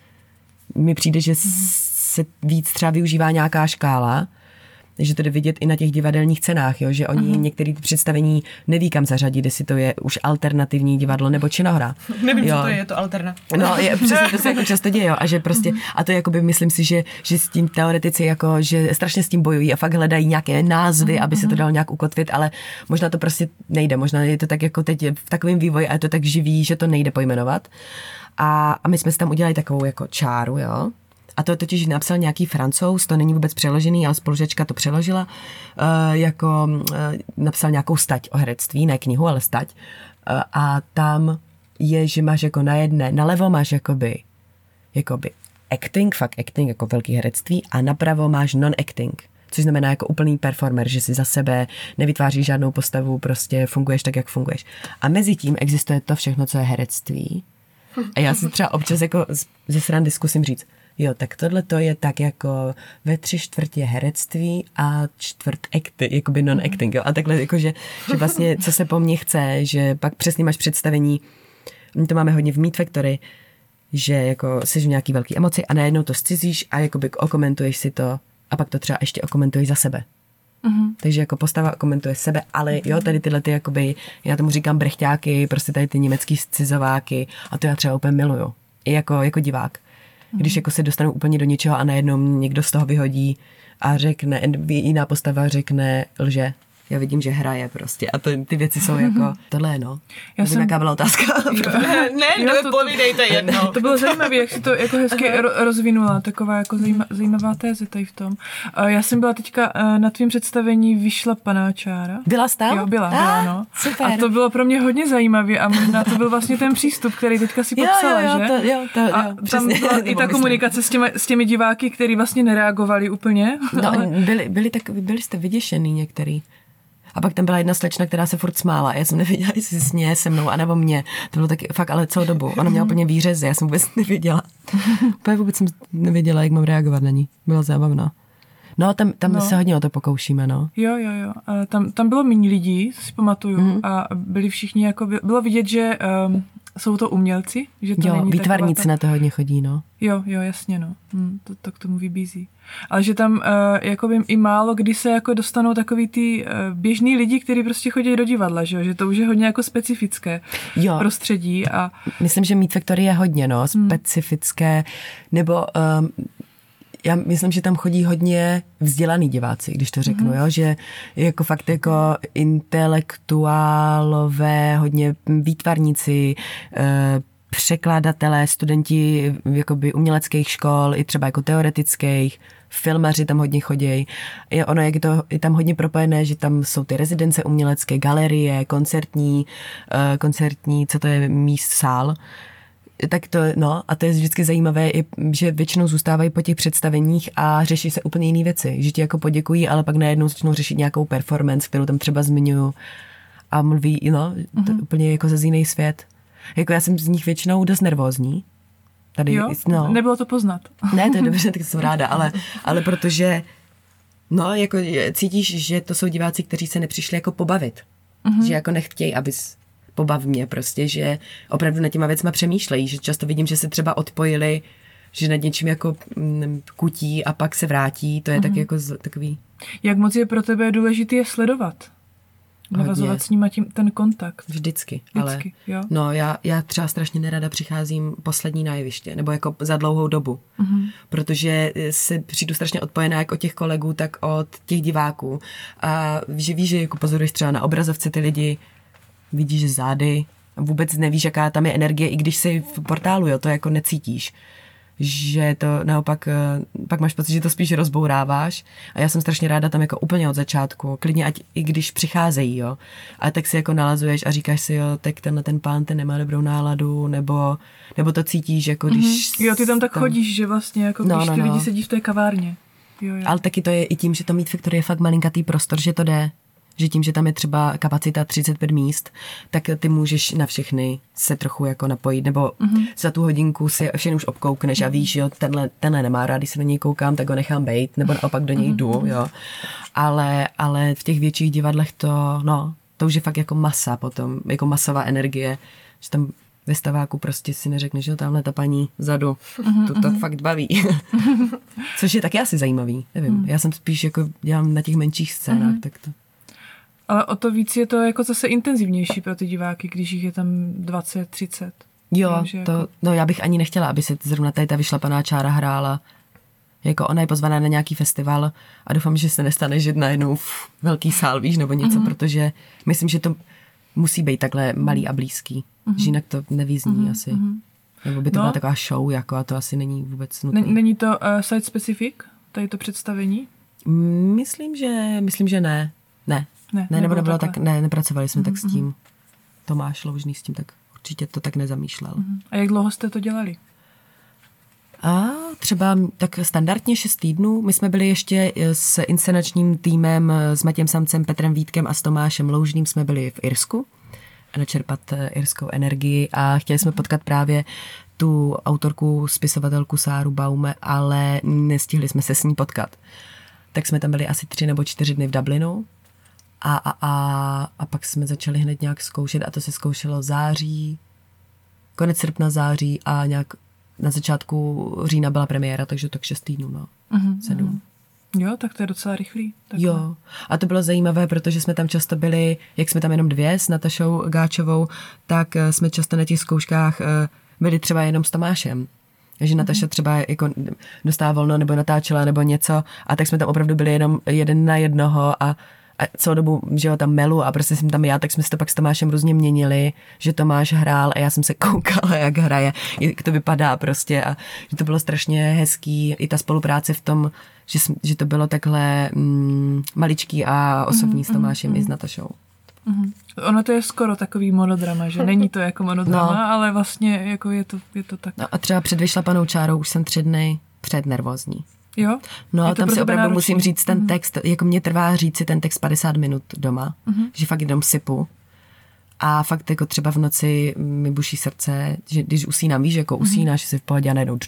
mi přijde, že se víc třeba využívá nějaká škála, že to jde vidět i na těch divadelních cenách, jo? Že oni uh-huh. některé představení neví kam zařadit, jestli to je už alternativní divadlo nebo činohra. Nevím, jo. co to je, je to alterna. No, je, přesně to se jako často děje, jo? A že prostě, uh-huh. a to jakoby myslím si, že, že s tím teoretici jako, že strašně s tím bojují a fakt hledají nějaké názvy, uh-huh. aby se to dalo nějak ukotvit, ale možná to prostě nejde, možná je to tak jako teď v takovém vývoji a je to tak živý, že to nejde pojmenovat. A, a my jsme si tam udělali takovou jako čáru, jo? A to totiž napsal nějaký Francouz, to není vůbec přeložený, ale spolužačka to přeložila, uh, jako uh, napsal nějakou stať o herectví, ne knihu, ale stať. Uh, a tam je, že máš jako na jedné, nalevo máš jakoby, jakoby acting, fakt acting, jako velký herectví, a napravo máš non-acting, což znamená jako úplný performer, že si za sebe nevytváříš žádnou postavu, prostě funguješ tak, jak funguješ. A mezi tím existuje to všechno, co je herectví. A já si třeba občas jako ze srandy zkusím říct, jo, tak tohle to je tak jako ve tři čtvrtě herectví a čtvrt acting, jakoby non-acting, jo. A takhle jako, že, že vlastně, co se po mně chce, že pak přesně máš představení, my to máme hodně v Meat Factory, že jako jsi v nějaký velký emoci a najednou to scizíš a jakoby okomentuješ si to a pak to třeba ještě okomentuješ za sebe. Mm-hmm. Takže jako postava komentuje sebe, ale jo, tady tyhle ty jakoby, já tomu říkám brechťáky, prostě tady ty německý scizováky a to já třeba úplně miluju. I jako, jako divák. Když jako se dostanu úplně do něčeho a najednou někdo z toho vyhodí a řekne, jiná postava řekne lže. Já vidím, že hraje prostě a to, ty věci jsou jako, tohle je no. Já jsem... jaká byla otázka. ne, ne, to povídejte jedno. To bylo zajímavé, jak si to jako hezky ro- rozvinula, taková jako zajíma, zajímavá téze tady v tom. Já jsem byla teďka na tvým představení Vyšlapaná čára. Byla jsi tam? Jo, byla, byla, no. Super. A to bylo pro mě hodně zajímavé a možná to byl vlastně ten přístup, který teďka si popsala, jo, jo, že? To, jo, to, jo, a tam byla i ta komunikace s těmi, s těmi diváky, kteří vlastně nereagovali úplně. No, ale... byli, byli, tak, byli jste vyděšený některý. A pak tam byla jedna slečna, která se furt smála. Já jsem nevěděla, jestli s ní se mnou, anebo mě. To bylo taky fakt, ale celou dobu. Ona měla úplně výřezy, já jsem vůbec nevěděla. Úplně vůbec jsem nevěděla, jak mám reagovat na ní. Byla zábavná. No, tam, tam no. se hodně o to pokoušíme, no. Jo, jo, jo. A tam, tam bylo méně lidí, si pamatuju. Mm. A byli všichni, jako by, bylo vidět, že um, jsou to umělci. Že to jo, není výtvarníci ta... na to hodně chodí, no. Jo, jo, jasně, no. Hm, to, to k tomu vybízí. Ale že tam uh, jakoby i málo kdy se jako dostanou takový ty uh, běžný lidi, kteří prostě chodí do divadla, že, že to už je hodně jako specifické jo. prostředí. A... Myslím, že Meat Factory je hodně, no, specifické, hmm. nebo um, já myslím, že tam chodí hodně vzdělaný diváci, když to řeknu, mm-hmm. jo, že jako fakt jako intelektuálové, hodně výtvarníci, e, překladatelé, studenti jakoby uměleckých škol, i třeba jako teoretických, filmaři tam hodně chodí. Je, ono je, to, je tam hodně propojené, že tam jsou ty rezidence umělecké, galerie, koncertní, e, koncertní, co to je, míst, sál. Tak to, no, a to je vždycky zajímavé, že většinou zůstávají po těch představeních a řeší se úplně jiné věci. Že ti jako poděkují, ale pak najednou začnou řešit nějakou performance, kterou tam třeba zmiňuju a mluví, no, mm-hmm. to úplně jako ze jiný svět. Jako já jsem z nich většinou dost nervózní. Tady, jo, no. Nebylo to poznat. Ne, to je dobře, tak jsem ráda, ale, ale protože, no, jako cítíš, že to jsou diváci, kteří se nepřišli jako pobavit. Mm-hmm. Že jako nechtějí, abys pobav mě prostě, že opravdu nad těma věcma přemýšlejí, že často vidím, že se třeba odpojili že nad něčím jako mm, kutí a pak se vrátí, to je mm-hmm. tak jako z, takový... Jak moc je pro tebe důležité je sledovat? Navazovat s nima tím, ten kontakt. Vždycky, Vždycky ale jo. No, já, já třeba strašně nerada přicházím poslední na jeviště, nebo jako za dlouhou dobu, mm-hmm. protože se přijdu strašně odpojená jak od těch kolegů, tak od těch diváků. A že víš, že jako pozoruješ třeba na obrazovce ty lidi, vidíš zády, vůbec nevíš, jaká tam je energie, i když jsi v portálu, jo, to jako necítíš. Že to naopak, pak máš pocit, že to spíš rozbouráváš a já jsem strašně ráda tam jako úplně od začátku, klidně ať i když přicházejí, jo, a tak si jako nalazuješ a říkáš si, jo, tak tenhle ten pán, ten nemá dobrou náladu, nebo, nebo to cítíš, jako když... Mm-hmm. Jo, ty tam tak tam... chodíš, že vlastně, jako když no, no, ty no. lidi sedí v té kavárně. Jo, jo. Ale taky to je i tím, že to Meat Factory je fakt malinkatý prostor, že to jde. Že tím, že tam je třeba kapacita třicet pět míst, tak ty můžeš na všechny se trochu jako napojit, nebo mm-hmm. za tu hodinku si všechny už obkoukneš a víš, jo, tenhle, tenhle nemá rád, když se na něj koukám, tak ho nechám bejt, nebo naopak do něj jdu, jo. Ale, ale v těch větších divadlech to, no, to už je fakt jako masa potom, jako masová energie, že tam ve staváku prostě si neřekneš, že tamhle ta paní vzadu, mm-hmm. to, to fakt baví. Což je taky asi zajímavý, nevím, mm. já jsem spíš jako dělám na těch menších scénách, mm-hmm. tak to... Ale o to víc je to jako zase intenzivnější pro ty diváky, když jich je tam dvacet, třicet. Jo, Vím, to, jako... no já bych ani nechtěla, aby se zrovna tady ta vyšlapaná čára hrála. Jako ona je pozvaná na nějaký festival a doufám, že se nestane, že najednou uf, velký sál, víš, nebo něco, mm-hmm. protože myslím, že to musí být takhle malý a blízký. Mm-hmm. Že jinak to nevízní mm-hmm. asi. Mm-hmm. Nebo by to no. byla taková show, jako a to asi není vůbec nutné. Není to uh, site specific, tady to představení? Myslím, že, myslím, že ne. Ne. Ne, ne nebo nebylo tak, ne, nepracovali jsme mm-hmm. tak s tím. Tomáš Loužný s tím, tak určitě to tak nezamýšlel. Mm-hmm. A jak dlouho jste to dělali? A třeba tak standardně šest týdnů. My jsme byli ještě s inscenačním týmem, s Matějem Samcem, Petrem Vítkem a s Tomášem Loužným jsme byli v Irsku a načerpat irskou energii a chtěli jsme potkat právě tu autorku, spisovatelku Sáru Baume, ale nestihli jsme se s ní potkat. Tak jsme tam byli asi tři nebo čtyři dny v Dublinu. A, a, a, a pak jsme začali hned nějak zkoušet a to se zkoušelo září, konec srpna, září a nějak na začátku října byla premiéra, takže tak šest týdnů, no, mm-hmm. sedm. Jo, tak to je docela rychlý. Takhle. Jo, a to bylo zajímavé, protože jsme tam často byli, jak jsme tam jenom dvě s Natašou Gáčovou, tak jsme často na těch zkouškách byli třeba jenom s Tomášem. že Nataša třeba jako dostala volno nebo natáčela nebo něco a tak jsme tam opravdu byli jenom jeden na jednoho a a celou dobu, že jo, tam melu a prostě jsem tam já, tak jsme si to pak s Tomášem různě měnili, že Tomáš hrál a já jsem se koukala, jak hraje, jak to vypadá prostě a že to bylo strašně hezký, i ta spolupráce v tom, že, že to bylo takhle mm, maličký a osobní mm, s Tomášem mm, i s Natašou. Mm. Ono to je skoro takový monodrama, že není to jako monodrama, no. Ale vlastně jako je to, je to tak. No a třeba před vyšlapanou čárou už jsem tři dny přednervózní. Jo? No a tam si opravdu náročný. Musím říct ten text, mm. jako mě trvá říct si ten text padesát minut doma, mm. že fakt jenom sypu. A fakt jako třeba v noci mi buší srdce, že když usínám, víš, jako usínáš, mm. si v pohodě a najednou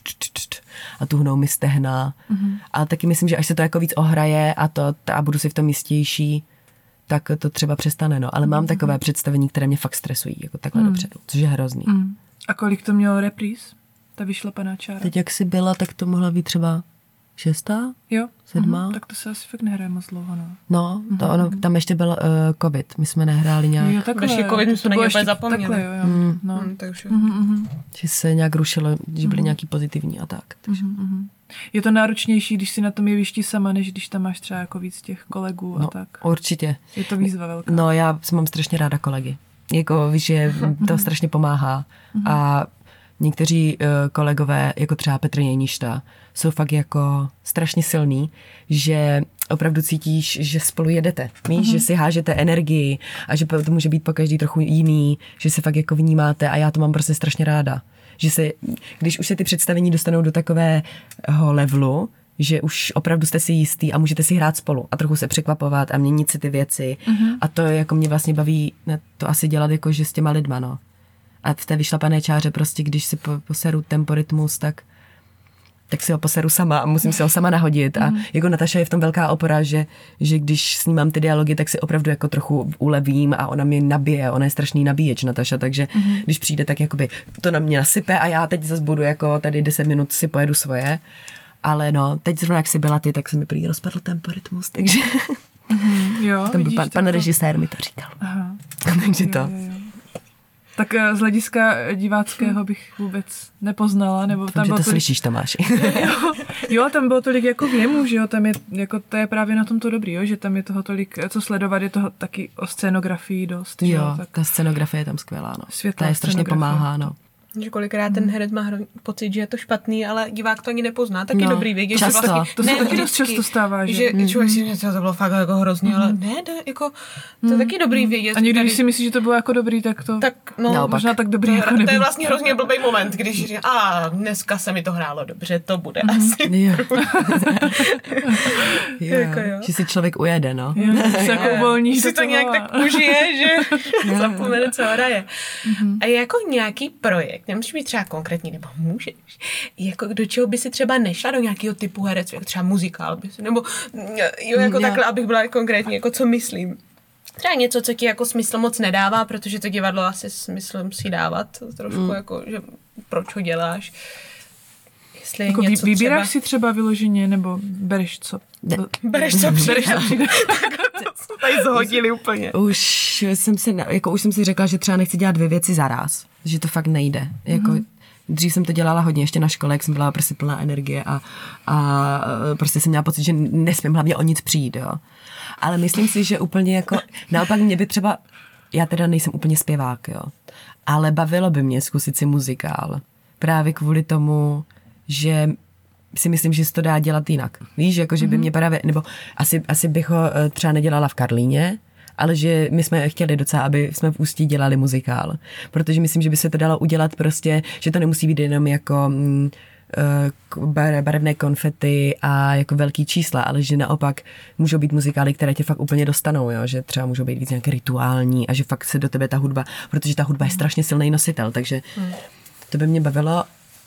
a tuhnou mi stehna. Mm. Ale taky myslím, že až se to jako víc ohraje a to a budu si v tom jistější, tak to třeba přestane, no. Ale mám mm. takové představení, které mě fakt stresují, jako takhle mm. dopředu, což je hrozný. Mm. A kolik to mělo repríz? Ta vyšlapaná čára? Teď jak jsi byla, tak to mohla být třeba šestá? Jo. Sedmá? Uh-huh. Tak to se asi fakt nehraje moc dlouho, no. No, to uh-huh. ono, tam ještě byl uh, covid, my jsme nehráli nějak. Jo, takhle. Když je covid, my jsme na něj zapomněli. Takhle, jo, jo. Mm. No. Mm, takže. Uh-huh. Že se nějak rušilo, že byly uh-huh. nějaký pozitivní a tak. Takže. Uh-huh. Je to náročnější, když si na tom jevišti sama, než když tam máš třeba jako víc těch kolegů a no, tak. Určitě. Je to výzva velká. No, já mám strašně ráda kolegy. Jako víš, že to strašně pomáhá. Uh-huh. A někteří uh, kolegové, jako třeba Petr Jejništa, jsou fakt jako strašně silný, že opravdu cítíš, že spolu jedete. Víš, uh-huh. že si hážete energii a že to může být po každý trochu jiný, že se fakt jako vnímáte a já to mám prostě strašně ráda. Že se, když už se ty představení dostanou do takového levelu, že už opravdu jste si jistý a můžete si hrát spolu a trochu se překvapovat a měnit si ty věci. Uh-huh. A to jako mě vlastně baví to asi dělat jako, že s těma lidma, no. A v té vyšlapané čáře prostě, když si poseru temporytmus, tak tak si ho poseru sama a musím si ho sama nahodit. A mm. jako Nataša je v tom velká opora, že, že když snímám ty dialogy, tak si opravdu jako trochu ulevím a ona mě nabije. Ona je strašný nabíječ, Nataša, takže mm. když přijde, tak jakoby to na mě nasype a já teď zase budu jako tady deset minut si pojedu svoje. Ale no, teď zrovna jak jsi byla ty, tak se mi prý rozpadl temporitmus, takže mm, jo, ten vidíš, pan, pan to... režisér mi to říkal. Aha. takže to. Jo, jo, jo. Tak z hlediska diváckého bych vůbec nepoznala. Nebo tam že to tolik... slyšíš, Tomáši. jo, jo, tam bylo tolik jako věmu, že jo, tam je, jako to je právě na tom to dobrý, jo, že tam je toho tolik, co sledovat, je toho taky o scénografii dost. Jo, jo tak... ta scénografie je tam skvělá, no. Světlá ta je strašně pomáhá, no. Že kolikrát ten herec má hro- pocit, že je to špatný, ale divák to ani nepozná. Taky no, dobrý vědět, často. že vlastně... To se taky dost často stává, že? Že mm-hmm. člověk si říká, to bylo fakt jako hrozný, mm-hmm. ale ne, ne, jako to je mm-hmm. taky dobrý vědět. A někdy, tady... když si myslíš, že to bylo jako dobrý, tak to tak, no, no, možná tak dobrý to, jako nebyl. To je vlastně hrozně blbý moment, když říká, a dneska se mi to hrálo dobře, to bude mm-hmm. asi. Jo. jo. Jako, jo. Že si člověk ujede, no. Jo, se jako uvolníš. Si to nějak tak užije, že zapomene, co hraje. A jako nějaký projekt, nemusíš být třeba konkrétní, nebo můžeš. Jako do čeho by si třeba nešla, do nějakého typu herec, jako třeba muzikál, by si, nebo jo, jako no. takhle, abych byla konkrétní, jako co myslím. Třeba něco, co ti jako smysl moc nedává, protože to divadlo asi smysl musí dávat trošku, mm. jako, že proč ho děláš. Jestli jako něco vybíráš třeba... si třeba vyloženě, nebo bereš co? Ne. Bereš co přijde. Bereš co přijde. Tady zhodili úplně. Už jsem si, jako už jsem si řekla, že třeba nechci dělat dvě věci zaraz, že to fakt nejde. Jako, mm-hmm. Dřív jsem to dělala hodně, ještě na škole, jak jsem byla prostě plná energie a, a prostě jsem měla pocit, že nesmím hlavně o nic přijít, jo. Ale myslím si, že úplně jako, naopak mě by třeba, já teda nejsem úplně zpěvák, jo, ale bavilo by mě zkusit si muzikál. Právě kvůli tomu, že si myslím, že se to dá dělat jinak. Víš, jako, že by mě právě, nebo asi, asi bych ho třeba nedělala v Karlíně, ale že my jsme chtěli docela, aby jsme v Ústí dělali muzikál. Protože myslím, že by se to dalo udělat prostě, že to nemusí být jenom jako mm, barevné konfety a jako velký čísla, ale že naopak můžou být muzikály, které tě fakt úplně dostanou, jo? Že třeba můžou být víc nějaké rituální a že fakt se do tebe ta hudba, protože ta hudba je strašně silný nositel, takže to by mě bavilo.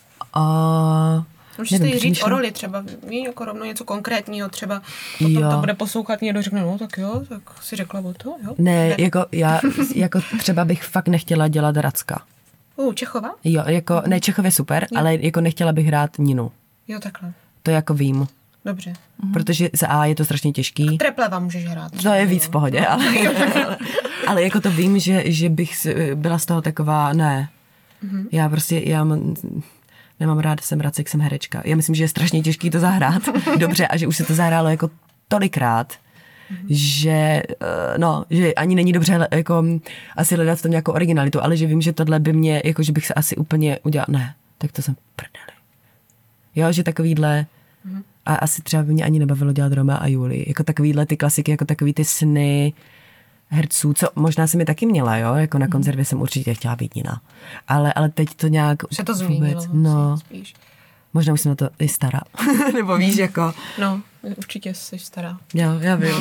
A můžeš si říct o roli třeba, víš, jako rovnou něco konkrétního, třeba potom jo. to bude poslouchat někdo, řekne, no tak jo, tak si řekla o to, jo. Ne, ne. Jako já, jako třeba bych fakt nechtěla dělat Racka. U Čechova? Jo, jako, ne, Čechov je super, jo. Ale jako nechtěla bych hrát Ninu. Jo, takhle. To jako vím. Dobře. Protože za A je to strašně těžký. Trepleva můžeš hrát. To je víc v pohodě, ale, ale, ale jako to vím, že, že bych byla z toho taková, ne. Mm-hmm. Já prostě, já nemám rád, jsem Racek, jsem herečka. Já myslím, že je strašně těžký to zahrát dobře a že už se to zahrálo jako tolikrát, mm-hmm. že no, že ani není dobře jako asi hledat v tom nějakou originalitu, ale že vím, že tohle by mě, jako že bych se asi úplně udělal, ne, tak to jsem prdeli. Jo, že takovýhle mm-hmm. a asi třeba by mě ani nebavilo dělat Romea a Julii, jako takovýhle ty klasiky, jako takový ty sny herců, co možná jsem je taky měla, jo, jako na konzervě jsem určitě chtěla být Nina. Ale, ale teď to nějak se to změnilo. Vůbec, no, spíš. Možná už jsem na to i stará. Nebo víš, jako... No, určitě jsi stará. Jo, já vím.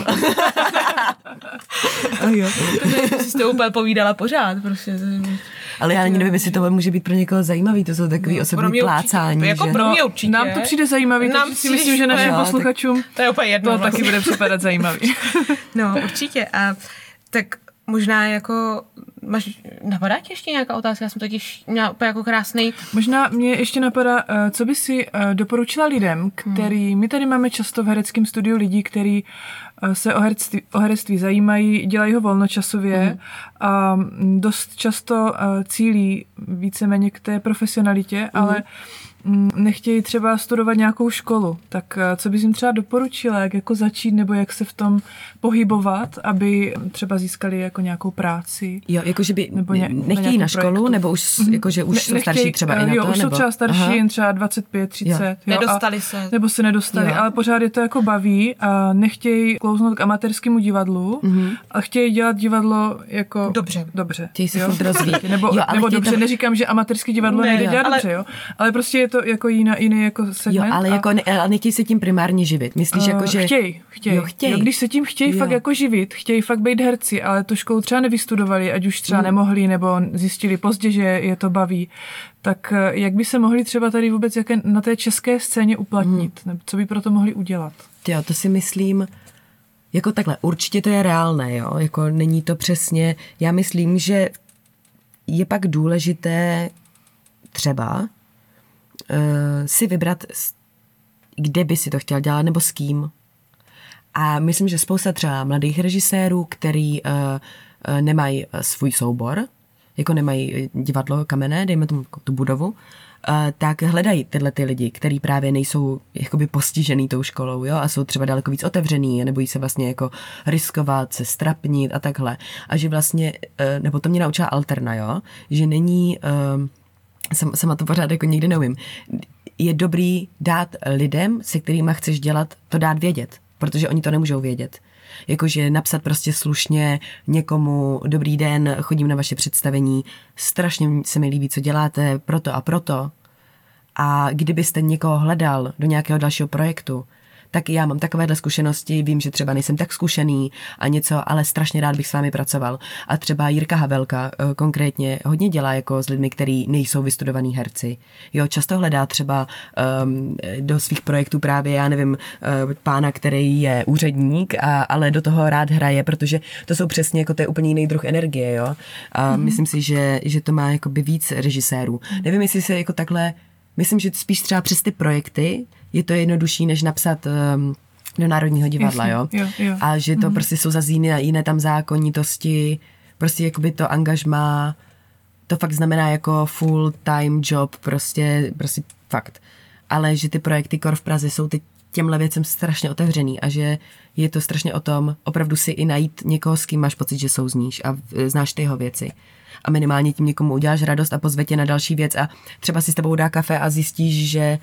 No. jo. Jsi s to úplně povídala pořád, prostě. Ale já ani nevím, jestli to může být pro někoho zajímavý, to jsou takový no, osobní plácání. Určitě, jako že? pro mě určitě. Nám to přijde zajímavý, takže si myslím, že našim posluchačům to je úplně jedno. To vlastně. Taky bude připadat zajímavý. No, určitě. A tak možná jako, máš, napadá tě ještě nějaká otázka? Já jsem totiž měla úplně jako krásnej. Možná mě ještě napadá, co by si doporučila lidem, který, hmm. my tady máme často v hereckém studiu lidi, kteří se o herectví, o herectví zajímají, dělají ho volnočasově hmm. a dost často cílí víceméně k té profesionalitě, hmm. ale nechtějí třeba studovat nějakou školu, tak co bys jim třeba doporučila, jak jako začít nebo jak se v tom pohybovat, aby třeba získali jako nějakou práci? Jo, jakože by nebo ně, nechtějí na školu, projektu. Nebo už, mm-hmm. jakože už ne, jsou nechtějí, starší třeba i na jo, to? Jo, už jsou nebo? třeba starší, jen třeba dvacet pět, třicet. Jo. Jo, nedostali se. Nebo se nedostali, jo. Ale pořád je to jako baví a nechtějí klouznout k amatérskému divadlu mm-hmm. a chtějí dělat divadlo jako dobře. Dobře. Chtějí se furt rozvíjet. Nebo, jo, nebo dobře, to... neříkám, že amatérské divadlo nejde dělat ale... dobře, jo, ale prostě to jako jiná, jiný jako segment. Jo, ale, a... jako ne, ale nechtějí se tím primárně živit. Myslíš, uh, jako, že... Chtějí, chtějí. Jo, chtějí. Jo, když se tím chtějí jo. fakt jako živit, chtějí fakt být herci, ale tu školu třeba nevystudovali, ať už třeba mm. nemohli, nebo zjistili pozdě, že je to baví, tak jak by se mohli třeba tady vůbec jaké, na té české scéně uplatnit? Mm. Nebo co by pro to mohli udělat? Jo, to si myslím... Jako takhle, určitě to je reálné, jo, jako není to přesně, já myslím, že je pak důležité třeba uh, si vybrat, kde by si to chtěl dělat, nebo s kým. A myslím, že spousta třeba mladých režisérů, který uh, uh, nemají svůj soubor, jako nemají divadlo kamenné, dejme tomu tu budovu, Uh, tak hledají tyhle ty lidi, kteří právě nejsou jakoby postižený tou školou, jo, a jsou třeba daleko víc otevřený, nebojí se vlastně jako riskovat, se strapnit a takhle. A že vlastně, uh, nebo to mě naučila Alterna, jo, že není, uh, sam, sama to pořád jako nikdy neumím, je dobrý dát lidem, se kterýma chceš dělat, to dát vědět, protože oni to nemůžou vědět. Jakože napsat prostě slušně někomu, dobrý den, chodím na vaše představení, strašně se mi líbí, co děláte, proto a proto. A kdybyste někoho hledal do nějakého dalšího projektu, tak já mám takovéhle zkušenosti, vím, že třeba nejsem tak zkušený a něco, ale strašně rád bych s vámi pracoval. A třeba Jirka Havelka konkrétně hodně dělá jako s lidmi, kteří nejsou vystudovaní herci. Jo, často hledá třeba um, do svých projektů právě, já nevím, uh, pána, který je úředník, a, ale do toho rád hraje, protože to jsou přesně jako to je úplně jiný druh energie, jo. A mm-hmm. myslím si, že, že to má jakoby víc režisérů. Nevím, jestli se jako takhle, myslím, že spíš třeba přes ty projekty je to jednodušší, než napsat um, do Národního divadla, Jasně, jo? Jo, jo. A že to mm-hmm. prostě jsou zase jiné, jiné tam zákonitosti, prostě jakoby to angažmá, to fakt znamená jako full time job, prostě, prostě fakt. Ale že ty projekty kor v Praze jsou teď těmhle věcem strašně otevřený a že je to strašně o tom opravdu si i najít někoho, s kým máš pocit, že souzníš a znáš ty jeho věci. A minimálně tím někomu uděláš radost a pozve tě na další věc a třeba si s tebou dá kafe a zjistíš, že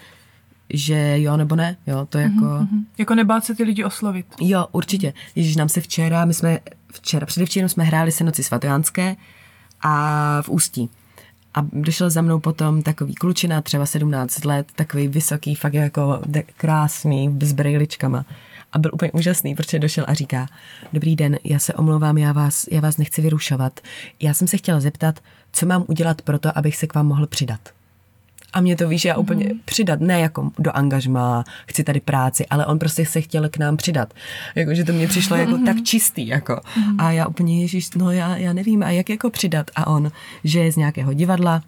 že jo nebo ne, jo, to jako... Mm-hmm. Jako nebát se ty lidi oslovit. Jo, určitě. Ježíš, nám se včera, my jsme včera, předevčírem jsme hráli se Noci svatojánské a v Ústí. A došel za mnou potom takový klučina, třeba sedmnáct let, takový vysoký, fakt jako krásný, s brejličkama. A byl úplně úžasný, protože došel a říká, dobrý den, já se omlouvám, já vás, já vás nechci vyrušovat. Já jsem se chtěla zeptat, co mám udělat pro to, abych se k vám mohl přidat. A mě to víš, já úplně mm. přidat, ne jako do angažmá, chci tady práci, ale on prostě se chtěl k nám přidat. Jakože to mě přišlo jako mm. tak čistý, jako. Mm. A já úplně, ježiš, no já, já nevím, a jak jako přidat? A on, že je z nějakého divadla,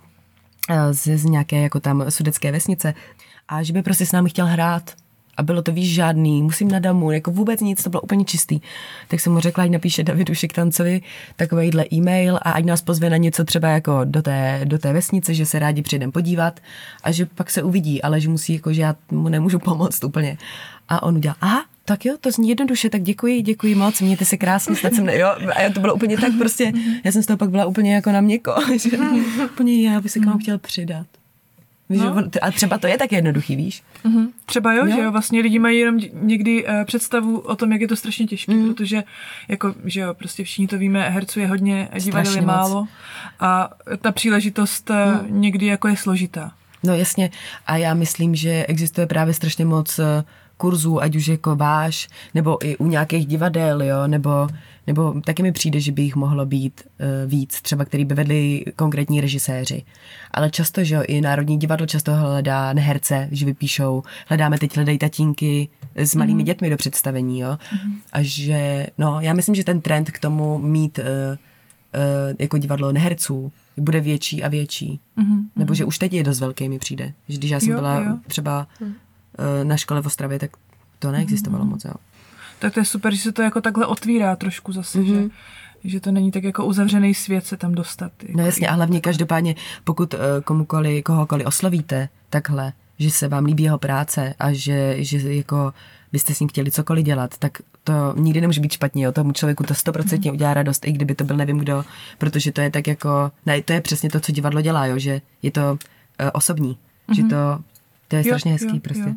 z, z nějaké jako tam sudecké vesnice a že by prostě s námi chtěl hrát. A bylo to, víš, žádný, musím na damu, jako vůbec nic, to bylo úplně čistý. Tak jsem mu řekla, ať napíše Davidu Šiktancovi takovejhle e-mail a ať nás pozve na něco třeba jako do té, do té vesnice, že se rádi přijdem podívat a že pak se uvidí, ale že musí, jako, že já mu nemůžu pomoct úplně. A on udělal, aha, tak jo, to zní jednoduše, tak děkuji, děkuji moc, mějte se krásně, snad jsem ne, jo, a to bylo úplně tak prostě, já jsem z toho pak byla úplně jako na měko, že úplně já bych se k vám chtěl přidat. No. A třeba to je tak jednoduchý, víš? Mm-hmm. Třeba jo, jo, že jo, vlastně lidi mají jenom někdy uh, představu o tom, jak je to strašně těžké, mm. protože jako, že jo, prostě všichni to víme, herců je hodně, divadel je málo a ta příležitost uh, mm. někdy jako je složitá. No jasně a já myslím, že existuje právě strašně moc uh, kurzů, ať už jako váš, nebo i u nějakých divadel, jo, nebo, nebo taky mi přijde, že by jich mohlo být uh, víc, třeba který by vedli konkrétní režiséři. Ale často, že jo, i Národní divadlo často hledá herce, že vypíšou, hledáme teď hledají tatínky s malými mm-hmm. dětmi do představení, jo. Mm-hmm. A že, no, já myslím, že ten trend k tomu mít uh, uh, jako divadlo neherců bude větší a větší. Mm-hmm. Nebo že už teď je dost velký, mi přijde. Že když já jsem jo, byla jo. třeba na škole v Ostravě, tak to neexistovalo mm. moc, jo. Tak to je super, že se to jako takhle otvírá trošku zase, mm-hmm. že, že to není tak jako uzavřený svět se tam dostat. Jako no jasně, a hlavně každopádně, pokud komukoli, kohokoliv oslovíte takhle, že se vám líbí jeho práce a že, že jako byste s ním chtěli cokoliv dělat, tak to nikdy nemůže být špatně, jo. Tomu člověku to stoprocentně udělá radost, i kdyby to byl nevím kdo, protože to je tak jako, ne, to je přesně to, co divadlo dělá, jo, že je to uh, osobní, mm-hmm. že to To je strašně jo, hezký jo, prostě. Jo.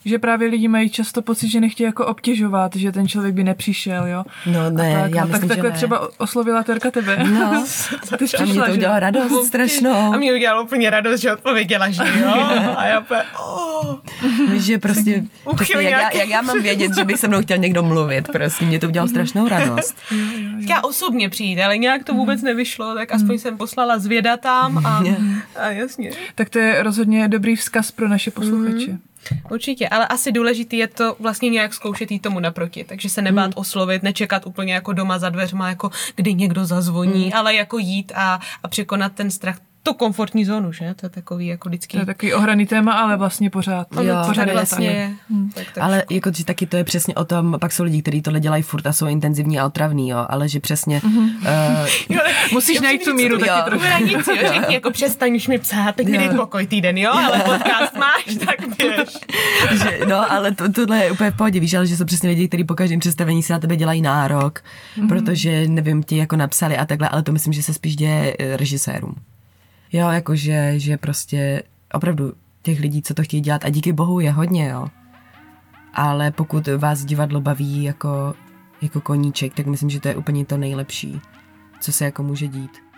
Že právě lidi mají často pocit, že nechtějí jako obtěžovat, že ten člověk by nepřišel, jo. No ne, tak, já no, myslím, tak takhle že ne. třeba oslovila Terka tebe. No, a ty jsi a mě přišla, to že? udělalo radost strašnou. A mě udělalo úplně radost, že odpověděla, že jo. A já pe, oh. Víš, že prostě, Uchyl přesně, jak, já, nějaký- jak já mám vědět, že bych se mnou chtěl někdo mluvit, prostě mě to udělalo strašnou radost. Já osobně přijde, ale nějak to vůbec nevyšlo, tak aspoň jsem poslala zvědatám a, a jasně. Tak to je rozhodně dobrý vzkaz pro naše posluchače. Mm. Určitě, ale asi důležitý je to vlastně nějak zkoušet jít tomu naproti, takže se nebát hmm. oslovit, nečekat úplně jako doma za dveřma, jako kdy někdo zazvoní, hmm. ale jako jít a, a překonat ten strach, tu komfortní zónu, že? To je takový jako vždycky... To je takový ohraný téma, ale vlastně pořád. Jo, pořád tady vlastně tak. je. Hmm. Tak, tak Ale jako, že taky to je přesně o tom, pak jsou lidi, kteří tohle dělají furt a jsou intenzivní a otravný, jo, ale že přesně... Mm-hmm. Uh, jo, musíš najít tu míru jo. taky trošku. Na nic, jo, řekni, jako přestaň už mi psát, tak mi dej pokoj týden, jo, ale podcast máš, tak běž. že, no, ale to, tohle je úplně v pohodě, víš, ale že jsou přesně lidi, kteří po každém představení se na tebe dělají nárok, mm-hmm. protože, nevím, ti jako napsali a takhle, ale to myslím, že se spíš děje režisérům. Jo, jakože, že prostě opravdu těch lidí, co to chtějí dělat, a díky bohu je hodně, jo. Ale pokud vás divadlo baví jako, jako koníček, tak myslím, že to je úplně to nejlepší, co se jako může dít.